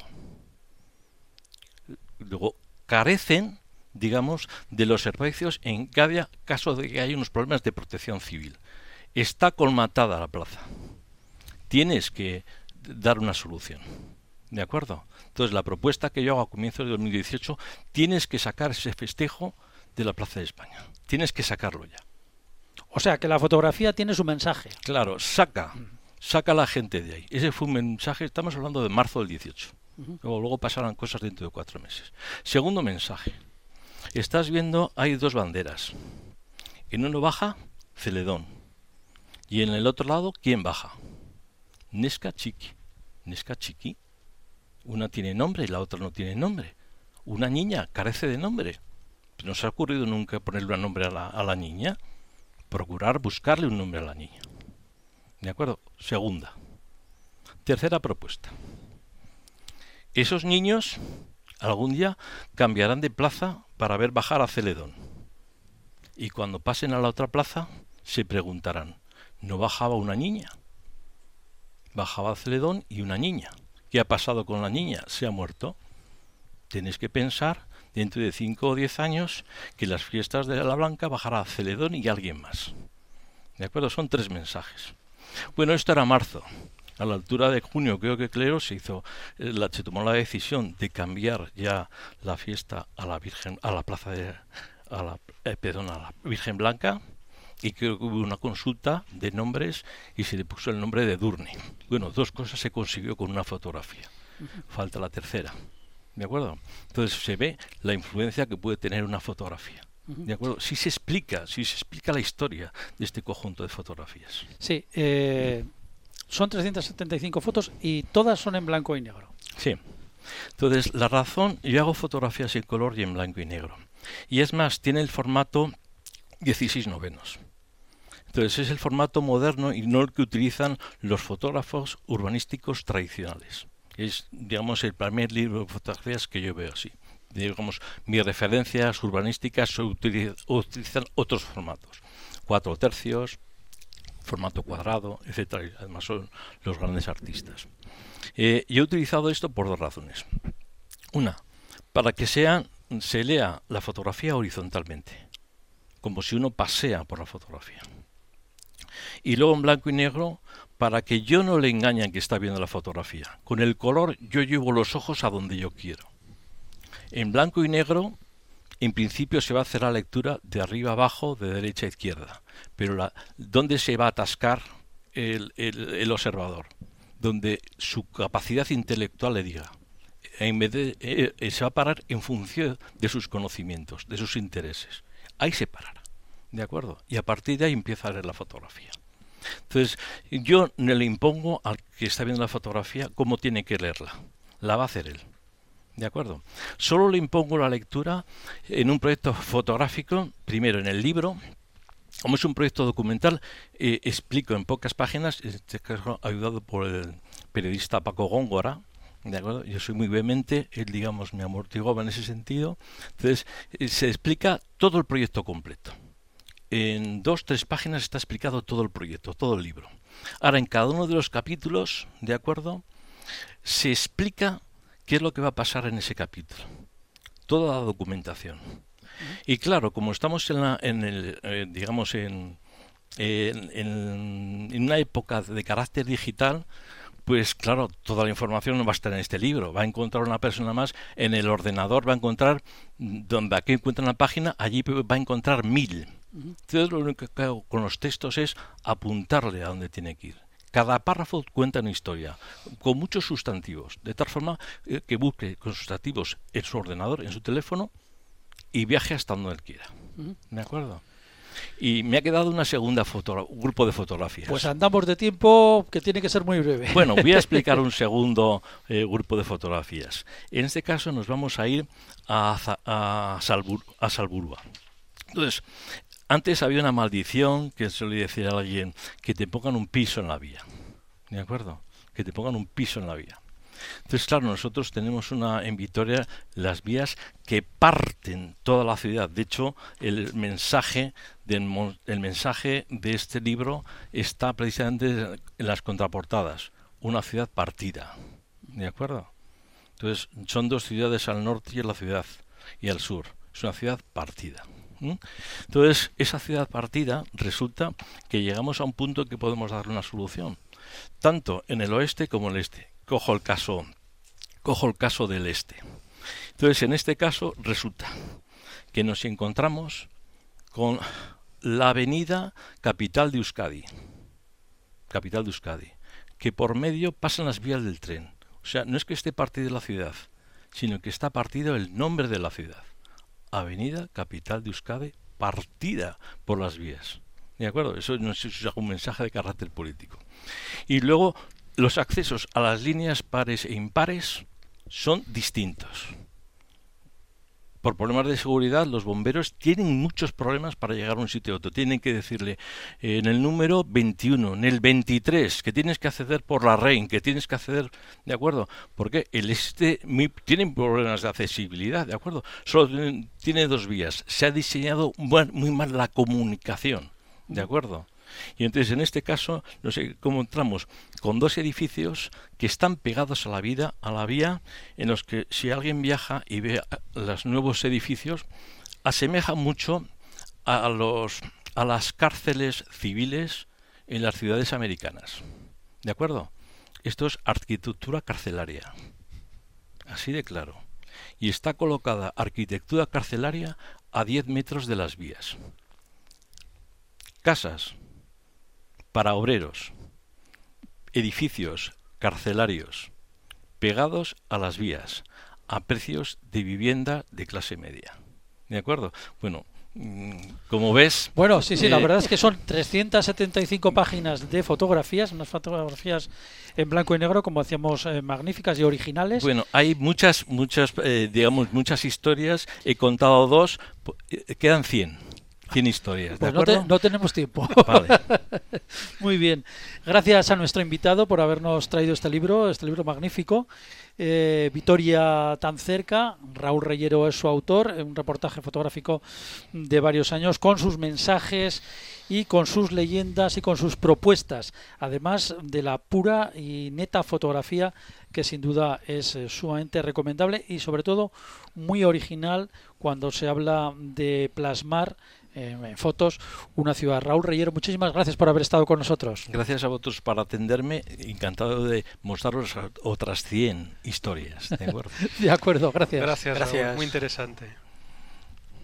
Luego, carecen, digamos, de los servicios en cada caso de que haya unos problemas de protección civil. Está colmatada la plaza. Tienes que dar una solución. ¿De acuerdo? Entonces, la propuesta que yo hago a comienzos de dos mil dieciocho, tienes que sacar ese festejo de la Plaza de España. Tienes que sacarlo ya. O sea, que la fotografía tiene su mensaje. Claro, saca. Saca a la gente de ahí. Ese fue un mensaje, estamos hablando de marzo del dieciocho. Uh-huh. Luego, luego pasarán cosas dentro de cuatro meses. Segundo mensaje. Estás viendo, hay dos banderas. En uno baja Celedón. Y en el otro lado, ¿quién baja? Nesca Chiqui. Nesca Chiqui. Una tiene nombre y la otra no tiene nombre. Una niña carece de nombre. ¿No se ha ocurrido nunca ponerle un nombre a la, a la niña? Procurar buscarle un nombre a la niña. ¿De acuerdo? Segunda. Tercera propuesta. Esos niños algún día cambiarán de plaza para ver bajar a Celedón. Y cuando pasen a la otra plaza, se preguntarán, ¿no bajaba una niña? Bajaba a Celedón y una niña. ¿Qué ha pasado con la niña? ¿Se ha muerto? Tenéis que pensar, dentro de cinco o diez años, que las fiestas de la Blanca bajará a Celedón y alguien más. ¿De acuerdo? Son tres mensajes. Bueno, esto era marzo. A la altura de junio, creo que Clero se hizo, eh, la, se tomó la decisión de cambiar ya la fiesta a la Virgen, a la plaza de, a la, eh, perdón, a la Virgen Blanca, y creo que hubo una consulta de nombres y se le puso el nombre de Durni. Bueno, dos cosas se consiguió con una fotografía. Falta la tercera. ¿De acuerdo? Entonces se ve la influencia que puede tener una fotografía. ¿De acuerdo? Si se explica, si se explica la historia de este conjunto de fotografías. Sí, eh, son trescientas setenta y cinco fotos y todas son en blanco y negro. Sí. Entonces, la razón, yo hago fotografías en color y en blanco y negro. Y es más, tiene el formato dieciséis novenos. Entonces, es el formato moderno y no el que utilizan los fotógrafos urbanísticos tradicionales. Es, digamos, el primer libro de fotografías que yo veo así. Digamos, mis referencias urbanísticas se utilizan, utilizan otros formatos. Cuatro tercios, formato cuadrado, etcétera. Además son los grandes artistas. Eh, yo he utilizado esto por dos razones. Una, para que sea, se lea la fotografía horizontalmente, como si uno pasea por la fotografía. Y luego en blanco y negro, para que yo no le engañe a que está viendo la fotografía. Con el color yo llevo los ojos a donde yo quiero. En blanco y negro en principio se va a hacer la lectura de arriba abajo, de derecha a izquierda. Pero la, ¿dónde se va a atascar el, el, el observador? Donde su capacidad intelectual le diga. En vez de, eh, se va a parar en función de sus conocimientos, de sus intereses. Ahí se parará, ¿de acuerdo? Y a partir de ahí empieza a leer la fotografía. Entonces, yo no le impongo al que está viendo la fotografía cómo tiene que leerla. La va a hacer él. ¿De acuerdo? Solo le impongo la lectura en un proyecto fotográfico, primero en el libro. Como es un proyecto documental, eh, explico en pocas páginas, en este caso ayudado por el periodista Paco Góngora, ¿de acuerdo? Yo soy muy vehemente, él, digamos, me amortiguaba en ese sentido. Entonces, eh, se explica todo el proyecto completo. En dos, tres páginas está explicado todo el proyecto, todo el libro. Ahora, en cada uno de los capítulos, ¿de acuerdo?, se explica qué es lo que va a pasar en ese capítulo. Toda la documentación. Y claro, como estamos en, la, en el, eh, digamos, en, en, en, en una época de carácter digital, pues claro, toda la información no va a estar en este libro. Va a encontrar una persona más en el ordenador, va a encontrar, donde aquí encuentra una página, allí va a encontrar mil. Entonces lo único que hago con los textos es apuntarle a dónde tiene que ir. Cada párrafo cuenta una historia, con muchos sustantivos, de tal forma eh, que busque con sustantivos en su ordenador, en su teléfono, y viaje hasta donde él quiera. ¿De acuerdo? Y me ha quedado una segunda foto, un grupo de fotografías. Pues andamos de tiempo, que tiene que ser muy breve. Bueno, voy a explicar un segundo eh, grupo de fotografías. En este caso nos vamos a ir a, a, Salbur, a Salburua. Entonces, antes había una maldición que solía decir a alguien, que te pongan un piso en la vía. ¿De acuerdo? Que te pongan un piso en la vía. Entonces, claro, nosotros tenemos una en Vitoria las vías que parten toda la ciudad. De hecho, el mensaje, del, el mensaje de este libro está precisamente en las contraportadas. Una ciudad partida. ¿De acuerdo? Entonces, son dos ciudades al norte y en la ciudad y al sur. Es una ciudad partida. Entonces, esa ciudad partida resulta que llegamos a un punto que podemos darle una solución, tanto en el oeste como en el este. Cojo el caso, cojo el caso del este. Entonces, en este caso resulta que nos encontramos con la avenida capital de Euskadi, capital de Euskadi, que por medio pasan las vías del tren. O sea, no es que esté partida la ciudad, sino que está partido el nombre de la ciudad. Avenida Capital de Euskadi, partida por las vías. ¿De acuerdo? Eso no es un mensaje de carácter político. Y luego, los accesos a las líneas pares e impares son distintos. Por problemas de seguridad, los bomberos tienen muchos problemas para llegar a un sitio a otro. Tienen que decirle eh, en el número veintiuno, en el veintitrés, que tienes que acceder por la Rein, que tienes que acceder, ¿de acuerdo? Porque el este muy, tienen problemas de accesibilidad, ¿de acuerdo? Solo tiene, tiene dos vías. Se ha diseñado muy, muy mal la comunicación, ¿de acuerdo? Y entonces en este caso nos encontramos con dos edificios que están pegados a la vida, a la vía, en los que si alguien viaja y ve los nuevos edificios, asemeja mucho a los a las cárceles civiles en las ciudades americanas. ¿De acuerdo? Esto es arquitectura carcelaria. Así de claro. Y está colocada arquitectura carcelaria a diez metros de las vías. Casas para obreros, edificios carcelarios, pegados a las vías, a precios de vivienda de clase media. ¿De acuerdo? Bueno, como ves... Bueno, sí, sí, eh, la verdad es que son trescientas setenta y cinco páginas de fotografías, unas fotografías en blanco y negro, como decíamos, eh, magníficas y originales. Bueno, hay muchas, muchas, eh, digamos, muchas historias. He contado dos, eh, quedan cien. cien historias, ¿de pues acuerdo? No, te, no tenemos tiempo. Vale. Muy bien. Gracias a nuestro invitado por habernos traído este libro, este libro magnífico. Eh, Vitoria tan cerca. Raúl Reyero es su autor, un reportaje fotográfico de varios años con sus mensajes y con sus leyendas y con sus propuestas, además de la pura y neta fotografía que sin duda es eh, sumamente recomendable y sobre todo muy original cuando se habla de plasmar eh, en fotos una ciudad. Raúl Reyero, muchísimas gracias por haber estado con nosotros. Gracias a vosotros por atenderme, encantado de mostraros otras cien historias. ¿De acuerdo? De acuerdo, gracias. Gracias, Gracias. Raúl, muy interesante.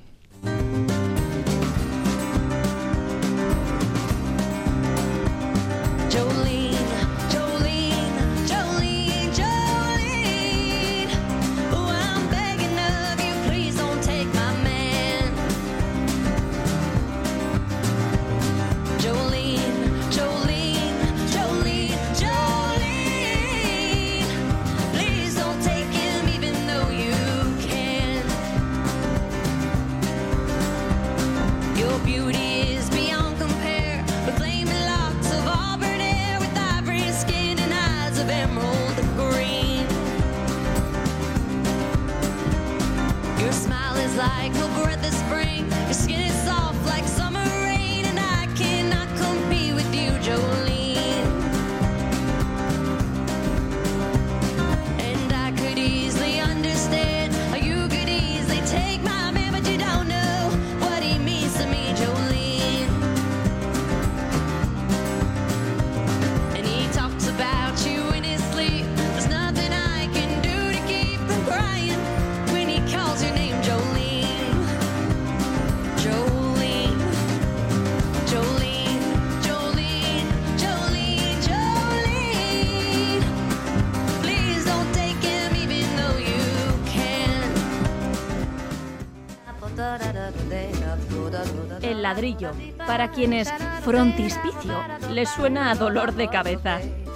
Your smile is like a breath of spring. Your skin is soft like summer rain, and I cannot compete with you, Jolene. And I could easily understand how you could easily take my man, but you don't know what he means to me, Jolene. And he talks about you in his sleep. There's nothing I can do to keep from crying when he calls your name, Jolene. Jolene. Jolene. Jolene. Jolene. Jolene. Please don't take him even though you can. El ladrillo, para quienes frontispicio les suena a dolor de cabeza.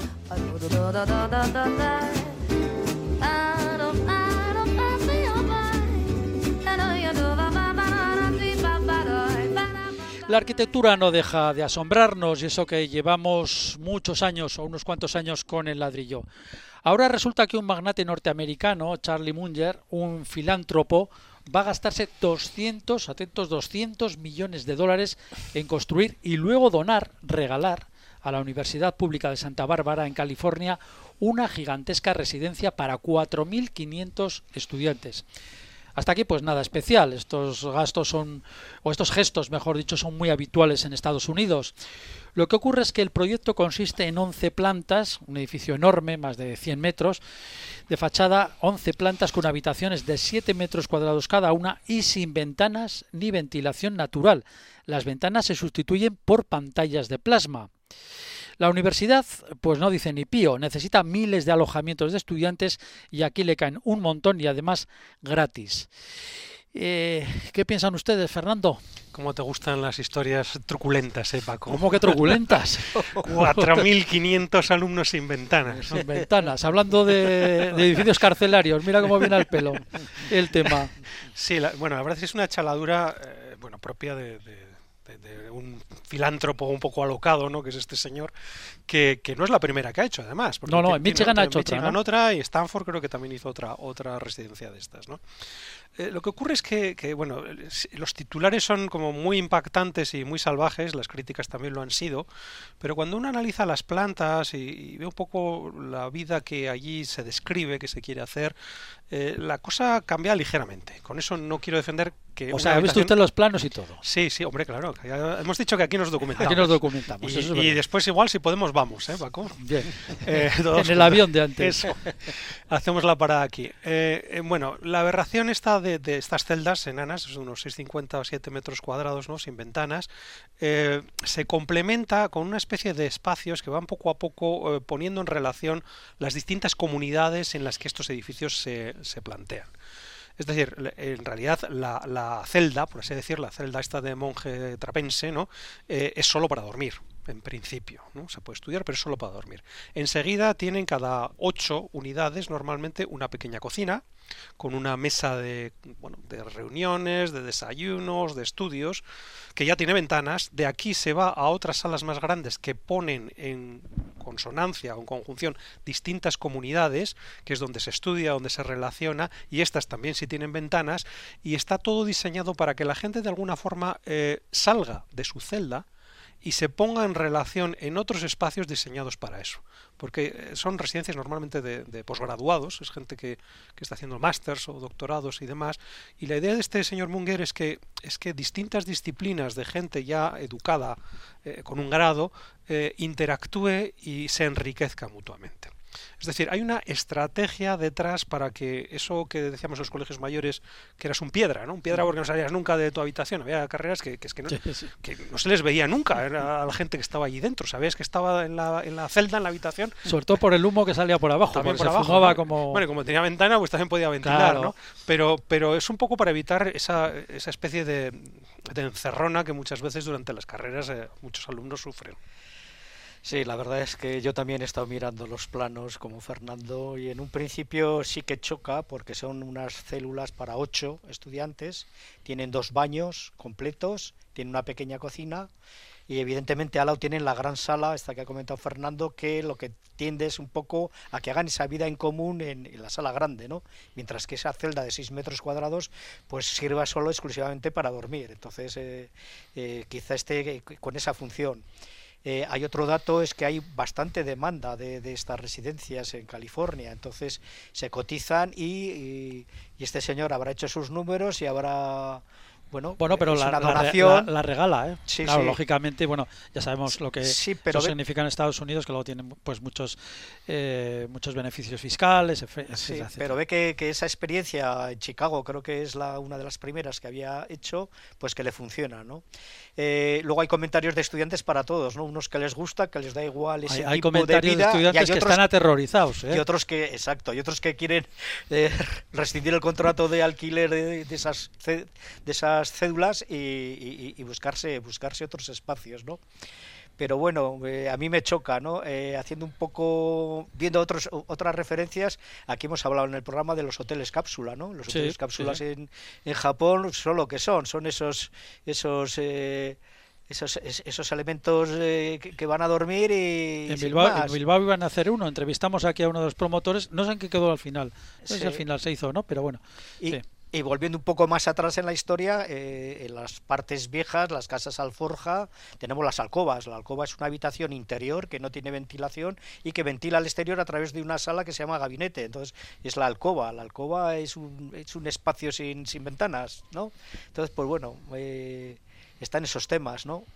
La arquitectura no deja de asombrarnos, y eso que llevamos muchos años o unos cuantos años con el ladrillo. Ahora resulta que un magnate norteamericano, Charlie Munger, un filántropo, va a gastarse doscientos, atentos, doscientos millones de dólares en construir y luego donar, regalar a la Universidad Pública de Santa Bárbara, en California, una gigantesca residencia para cuatro mil quinientos estudiantes. Hasta aquí pues nada especial. Estos gastos son, o estos gestos mejor dicho, son muy habituales en Estados Unidos. Lo que ocurre es que el proyecto consiste en once plantas, un edificio enorme, más de cien metros, de fachada, once plantas con habitaciones de siete metros cuadrados cada una y sin ventanas ni ventilación natural. Las ventanas se sustituyen por pantallas de plasma. La universidad, pues no dice ni pío, necesita miles de alojamientos de estudiantes y aquí le caen un montón y además gratis. Eh, ¿Qué piensan ustedes, Fernando? ¿Cómo te gustan las historias truculentas, eh, Paco? ¿Cómo que truculentas? cuatro mil quinientos alumnos sin ventanas. Sin ventanas. Hablando de, de edificios carcelarios, mira cómo viene al pelo el tema. Sí, la, bueno, la verdad es que es una chaladura eh, bueno, propia de... de De, de un filántropo un poco alocado, ¿no? Que es este señor, que, que no es la primera que ha hecho, además. No, no, en Michigan ha hecho otra, otra, ¿no? otra, y Stanford creo que también hizo otra otra residencia de estas, ¿no? Eh, lo que ocurre es que, que, bueno, los titulares son como muy impactantes y muy salvajes, las críticas también lo han sido, pero cuando uno analiza las plantas y, y ve un poco la vida que allí se describe, que se quiere hacer, eh, la cosa cambia ligeramente. Con eso no quiero defender que... O sea, ¿ha visto usted los planos y todo? Sí, sí, hombre, claro. Ya hemos dicho que aquí nos documentamos. Aquí nos documentamos. Y, eso es y después igual si podemos vamos, ¿eh, Paco? Bien. Eh, en el avión de antes. Eso. Hacemos la parada aquí. Eh, eh, bueno, la aberración esta de, de estas celdas enanas, son unos seiscientos cincuenta o siete metros cuadrados, ¿no? Sin ventanas, eh, se complementa con una especie de espacios que van poco a poco eh, poniendo en relación las distintas comunidades en las que estos edificios se, se plantean. Es decir, en realidad la, la celda, por así decir, la celda esta de monje trapense, ¿no? Eh, es solo para dormir, en principio, ¿no? Se puede estudiar, pero es solo para dormir. Enseguida tienen cada ocho unidades normalmente una pequeña cocina, con una mesa de, bueno, de reuniones, de desayunos, de estudios, que ya tiene ventanas. De aquí se va a otras salas más grandes que ponen en consonancia o en conjunción distintas comunidades, que es donde se estudia, donde se relaciona, y estas también sí tienen ventanas, y está todo diseñado para que la gente de alguna forma eh, salga de su celda y se ponga en relación en otros espacios diseñados para eso, porque son residencias normalmente de, de posgraduados, es gente que, que está haciendo másters o doctorados y demás, y la idea de este señor Munger es que, es que distintas disciplinas de gente ya educada eh, con un grado eh, interactúe y se enriquezca mutuamente. Es decir, hay una estrategia detrás para que eso que decíamos en los colegios mayores, que eras un piedra, ¿no? Un piedra porque no salías nunca de tu habitación. Había carreras que, que, es que, no, sí, sí. que no se les veía nunca a la gente que estaba allí dentro. Sabías que estaba en la, en la celda, en la habitación. Sobre todo por el humo que salía por abajo. También por se abajo. Fumaba ¿no? como... Bueno, como tenía ventana, pues también podía ventilar, claro. ¿no? Pero, pero es un poco para evitar esa, esa especie de, de encerrona que muchas veces durante las carreras eh, muchos alumnos sufren. Sí, la verdad es que yo también he estado mirando los planos como Fernando y en un principio sí que choca porque son unas células para ocho estudiantes, tienen dos baños completos, tienen una pequeña cocina y evidentemente al lado tienen la gran sala, esta que ha comentado Fernando, que lo que tiende es un poco a que hagan esa vida en común en, en la sala grande, ¿no? Mientras que esa celda de seis metros cuadrados pues sirva solo exclusivamente para dormir. Entonces eh, eh, quizá esté con esa función. Eh, hay otro dato, es que hay bastante demanda de, de estas residencias en California, entonces se cotizan y, y, y este señor habrá hecho sus números y habrá... Bueno, bueno, pero es la, una la, donación. la, la regala, ¿eh? Sí, claro, sí. lógicamente, bueno, ya sabemos lo que sí, pero eso ve... significa en Estados Unidos, que luego tienen pues muchos eh, muchos beneficios fiscales, etcétera, sí, etcétera. Pero ve que, que esa experiencia en Chicago, creo que es la una de las primeras que había hecho, pues que le funciona, ¿no? Eh, luego hay comentarios de estudiantes para todos, ¿no? Unos que les gusta, que les da igual ese hay, tipo hay comentarios de vida, de estudiantes y hay que otros, están aterrorizados, ¿eh? y otros que, exacto, y otros que quieren eh, rescindir el contrato de alquiler de, de esas de esas cédulas y, y, y buscarse buscarse otros espacios, ¿no? Pero bueno, eh, a mí me choca, ¿no? Eh, haciendo un poco, viendo otros otras referencias, aquí hemos hablado en el programa de los hoteles cápsula, ¿no? Los hoteles sí, cápsulas sí. en, en Japón son lo que son, son esos esos eh, esos esos elementos eh, que, que van a dormir y en sin Bilbao, más. en Bilbao iban a hacer uno, entrevistamos aquí a uno de los promotores, no sé en qué quedó al final, no sé Sí. si al final se hizo o no, pero bueno, Y, sí. Y volviendo un poco más atrás en la historia, eh, en las partes viejas, las casas alforja, tenemos las alcobas. La alcoba es una habitación interior que no tiene ventilación y que ventila al exterior a través de una sala que se llama gabinete. Entonces es la alcoba. La alcoba es un, es un espacio sin, sin ventanas, ¿no? Entonces, pues bueno, eh, están esos temas, ¿no?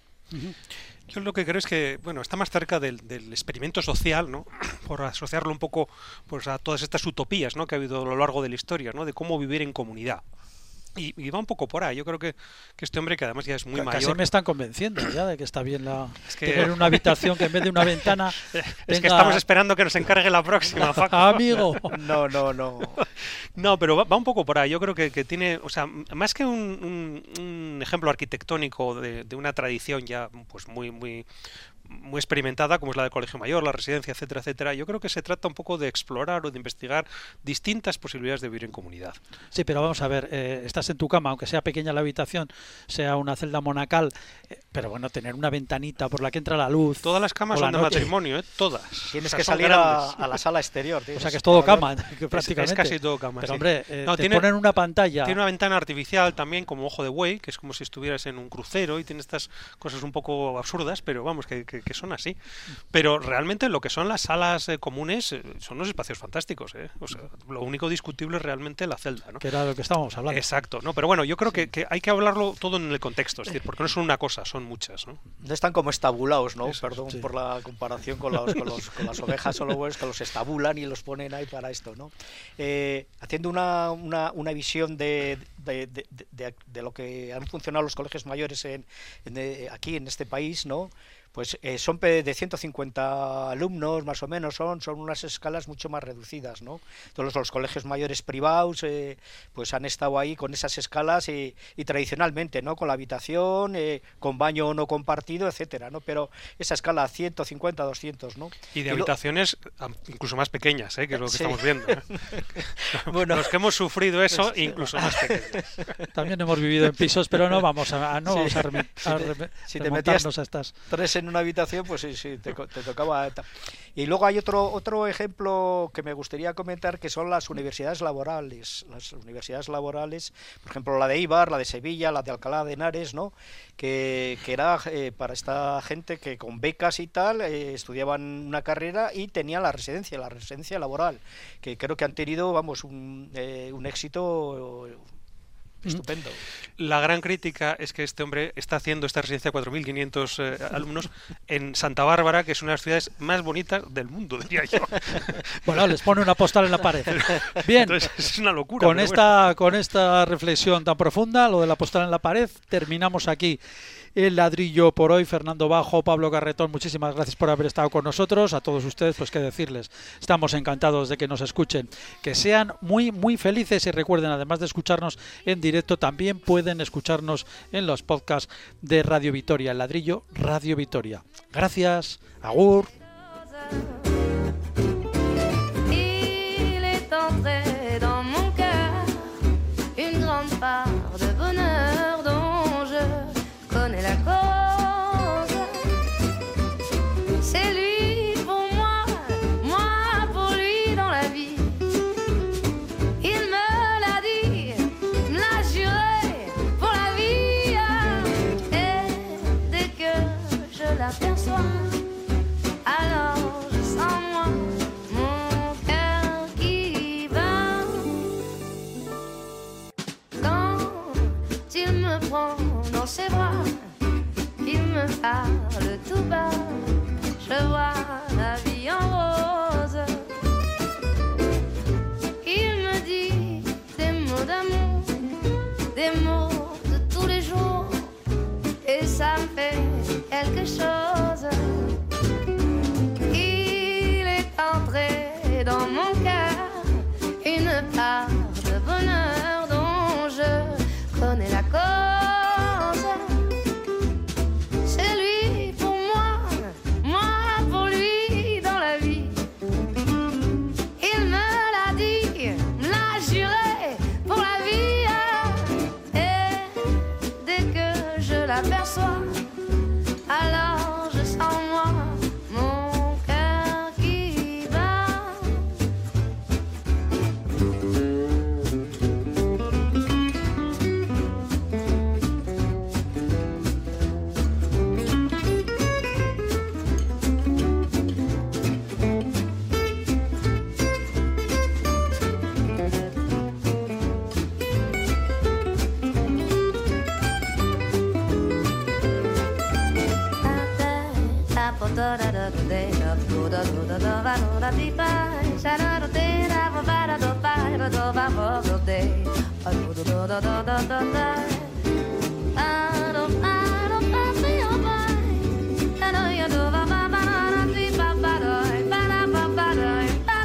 Yo lo que creo es que, bueno, está más cerca del, del experimento social, ¿no? Por asociarlo un poco pues, a todas estas utopías, ¿no? Que ha habido a lo largo de la historia, ¿no? De cómo vivir en comunidad. Y, y va un poco por ahí. Yo creo que, que este hombre, que además ya es muy C mayor... Casi me están convenciendo ya de que está bien la es que... tener una habitación que en vez de una ventana es tenga... que estamos esperando que nos encargue la próxima, Paco. Amigo. No, no, no. No, pero va, va un poco por ahí. Yo creo que, que tiene, o sea, más que un, un, un ejemplo arquitectónico de, de una tradición ya pues muy, muy... muy experimentada, como es la del Colegio Mayor, la residencia, etcétera, etcétera. Yo creo que se trata un poco de explorar o de investigar distintas posibilidades de vivir en comunidad. Sí, pero vamos a ver, eh, estás en tu cama, aunque sea pequeña la habitación, sea una celda monacal, eh, pero bueno, tener una ventanita por la que entra la luz. Todas las camas o son la de noche. matrimonio, ¿eh? Todas. Tienes O sea, que son salir a, grandes. a la sala exterior. O sea que es todo cama, que Es, prácticamente. es casi todo cama, Pero sí. hombre, eh, No, te tiene- ponen una pantalla. Tiene una ventana artificial también, como ojo de buey, que es como si estuvieras en un crucero y tiene estas cosas un poco absurdas, pero vamos, que, que, que son así. Pero realmente lo que son las salas eh, comunes eh, son unos espacios fantásticos, ¿eh? O sea, lo único discutible es realmente la celda, ¿no? Que era de lo que estábamos hablando. Exacto, no, pero bueno, yo creo que, que hay que hablarlo todo en el contexto, es decir, porque no es una cosa, son muchas, ¿no? No están como estabulados, ¿no? Eso, Perdón sí. por la comparación con, los, con, los, con las ovejas o los bueyes, que los estabulan y los ponen ahí para esto, ¿no? Eh, haciendo una, una, una visión de, de, de, de, de lo que han funcionado los colegios mayores en, en, eh, aquí en este país, ¿no? Pues eh, son pe- de ciento cincuenta alumnos, más o menos, son, son unas escalas mucho más reducidas, ¿no? Todos los colegios mayores privados eh, pues han estado ahí con esas escalas y, y tradicionalmente, ¿no? Con la habitación, eh, con baño no compartido, etcétera, ¿no? Pero esa escala ciento cincuenta, doscientos, ¿no? Y de lo- habitaciones am, incluso más pequeñas, ¿eh? Que es lo que Sí. estamos viendo, ¿eh? Bueno. Los que hemos sufrido eso, incluso más pequeñas. También hemos vivido en pisos, pero no vamos a, a- no Sí. vamos a, remi- Si a te- remi- si te remontarnos metías a estas. tres en una habitación, pues sí, sí, te, co- te tocaba. ta- Y luego hay otro otro ejemplo que me gustaría comentar, que son las universidades laborales. Las universidades laborales, por ejemplo, la de Ibar, la de Sevilla, la de Alcalá de Henares, ¿no? Que, que era eh, para esta gente que con becas y tal eh, estudiaban una carrera y tenían la residencia, la residencia laboral, que creo que han tenido, vamos, un, eh, un éxito estupendo. La gran crítica es que este hombre está haciendo esta residencia de cuatro mil quinientos eh, alumnos en Santa Bárbara, que es una de las ciudades más bonitas del mundo, diría yo. Bueno, les pone una postal en la pared. Bien, Entonces es una locura. con pero esta, con esta reflexión tan profunda, lo de la postal en la pared, terminamos aquí el ladrillo por hoy. Fernando Bajo, Pablo Garretón, muchísimas gracias por haber estado con nosotros. A todos ustedes, pues qué decirles, estamos encantados de que nos escuchen, que sean muy muy felices y recuerden, además de escucharnos en directo, también pueden escucharnos en los podcasts de Radio Vitoria, el ladrillo Radio Vitoria. Gracias, agur. Il est entré dans mon cœur une grande part de bonheur dont je connais la cause. prend dans ses bras, qu'il me parle tout bas, je vois la vie en rose. Il me dit des mots d'amour, des mots de tous les jours, et ça me fait quelque chose. Il est entré dans mon cœur une part de bonheur dont je connais la cause. C'est lui pour moi, moi pour lui dans la vie. Il me l'a dit, me l'a juré pour la vie. Et dès que je l'aperçois, alors je sens moi mon cœur qui bat.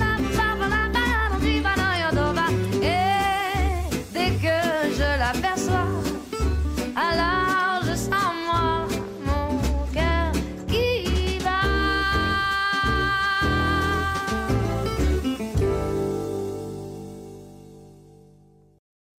Et dès que je l'aperçois,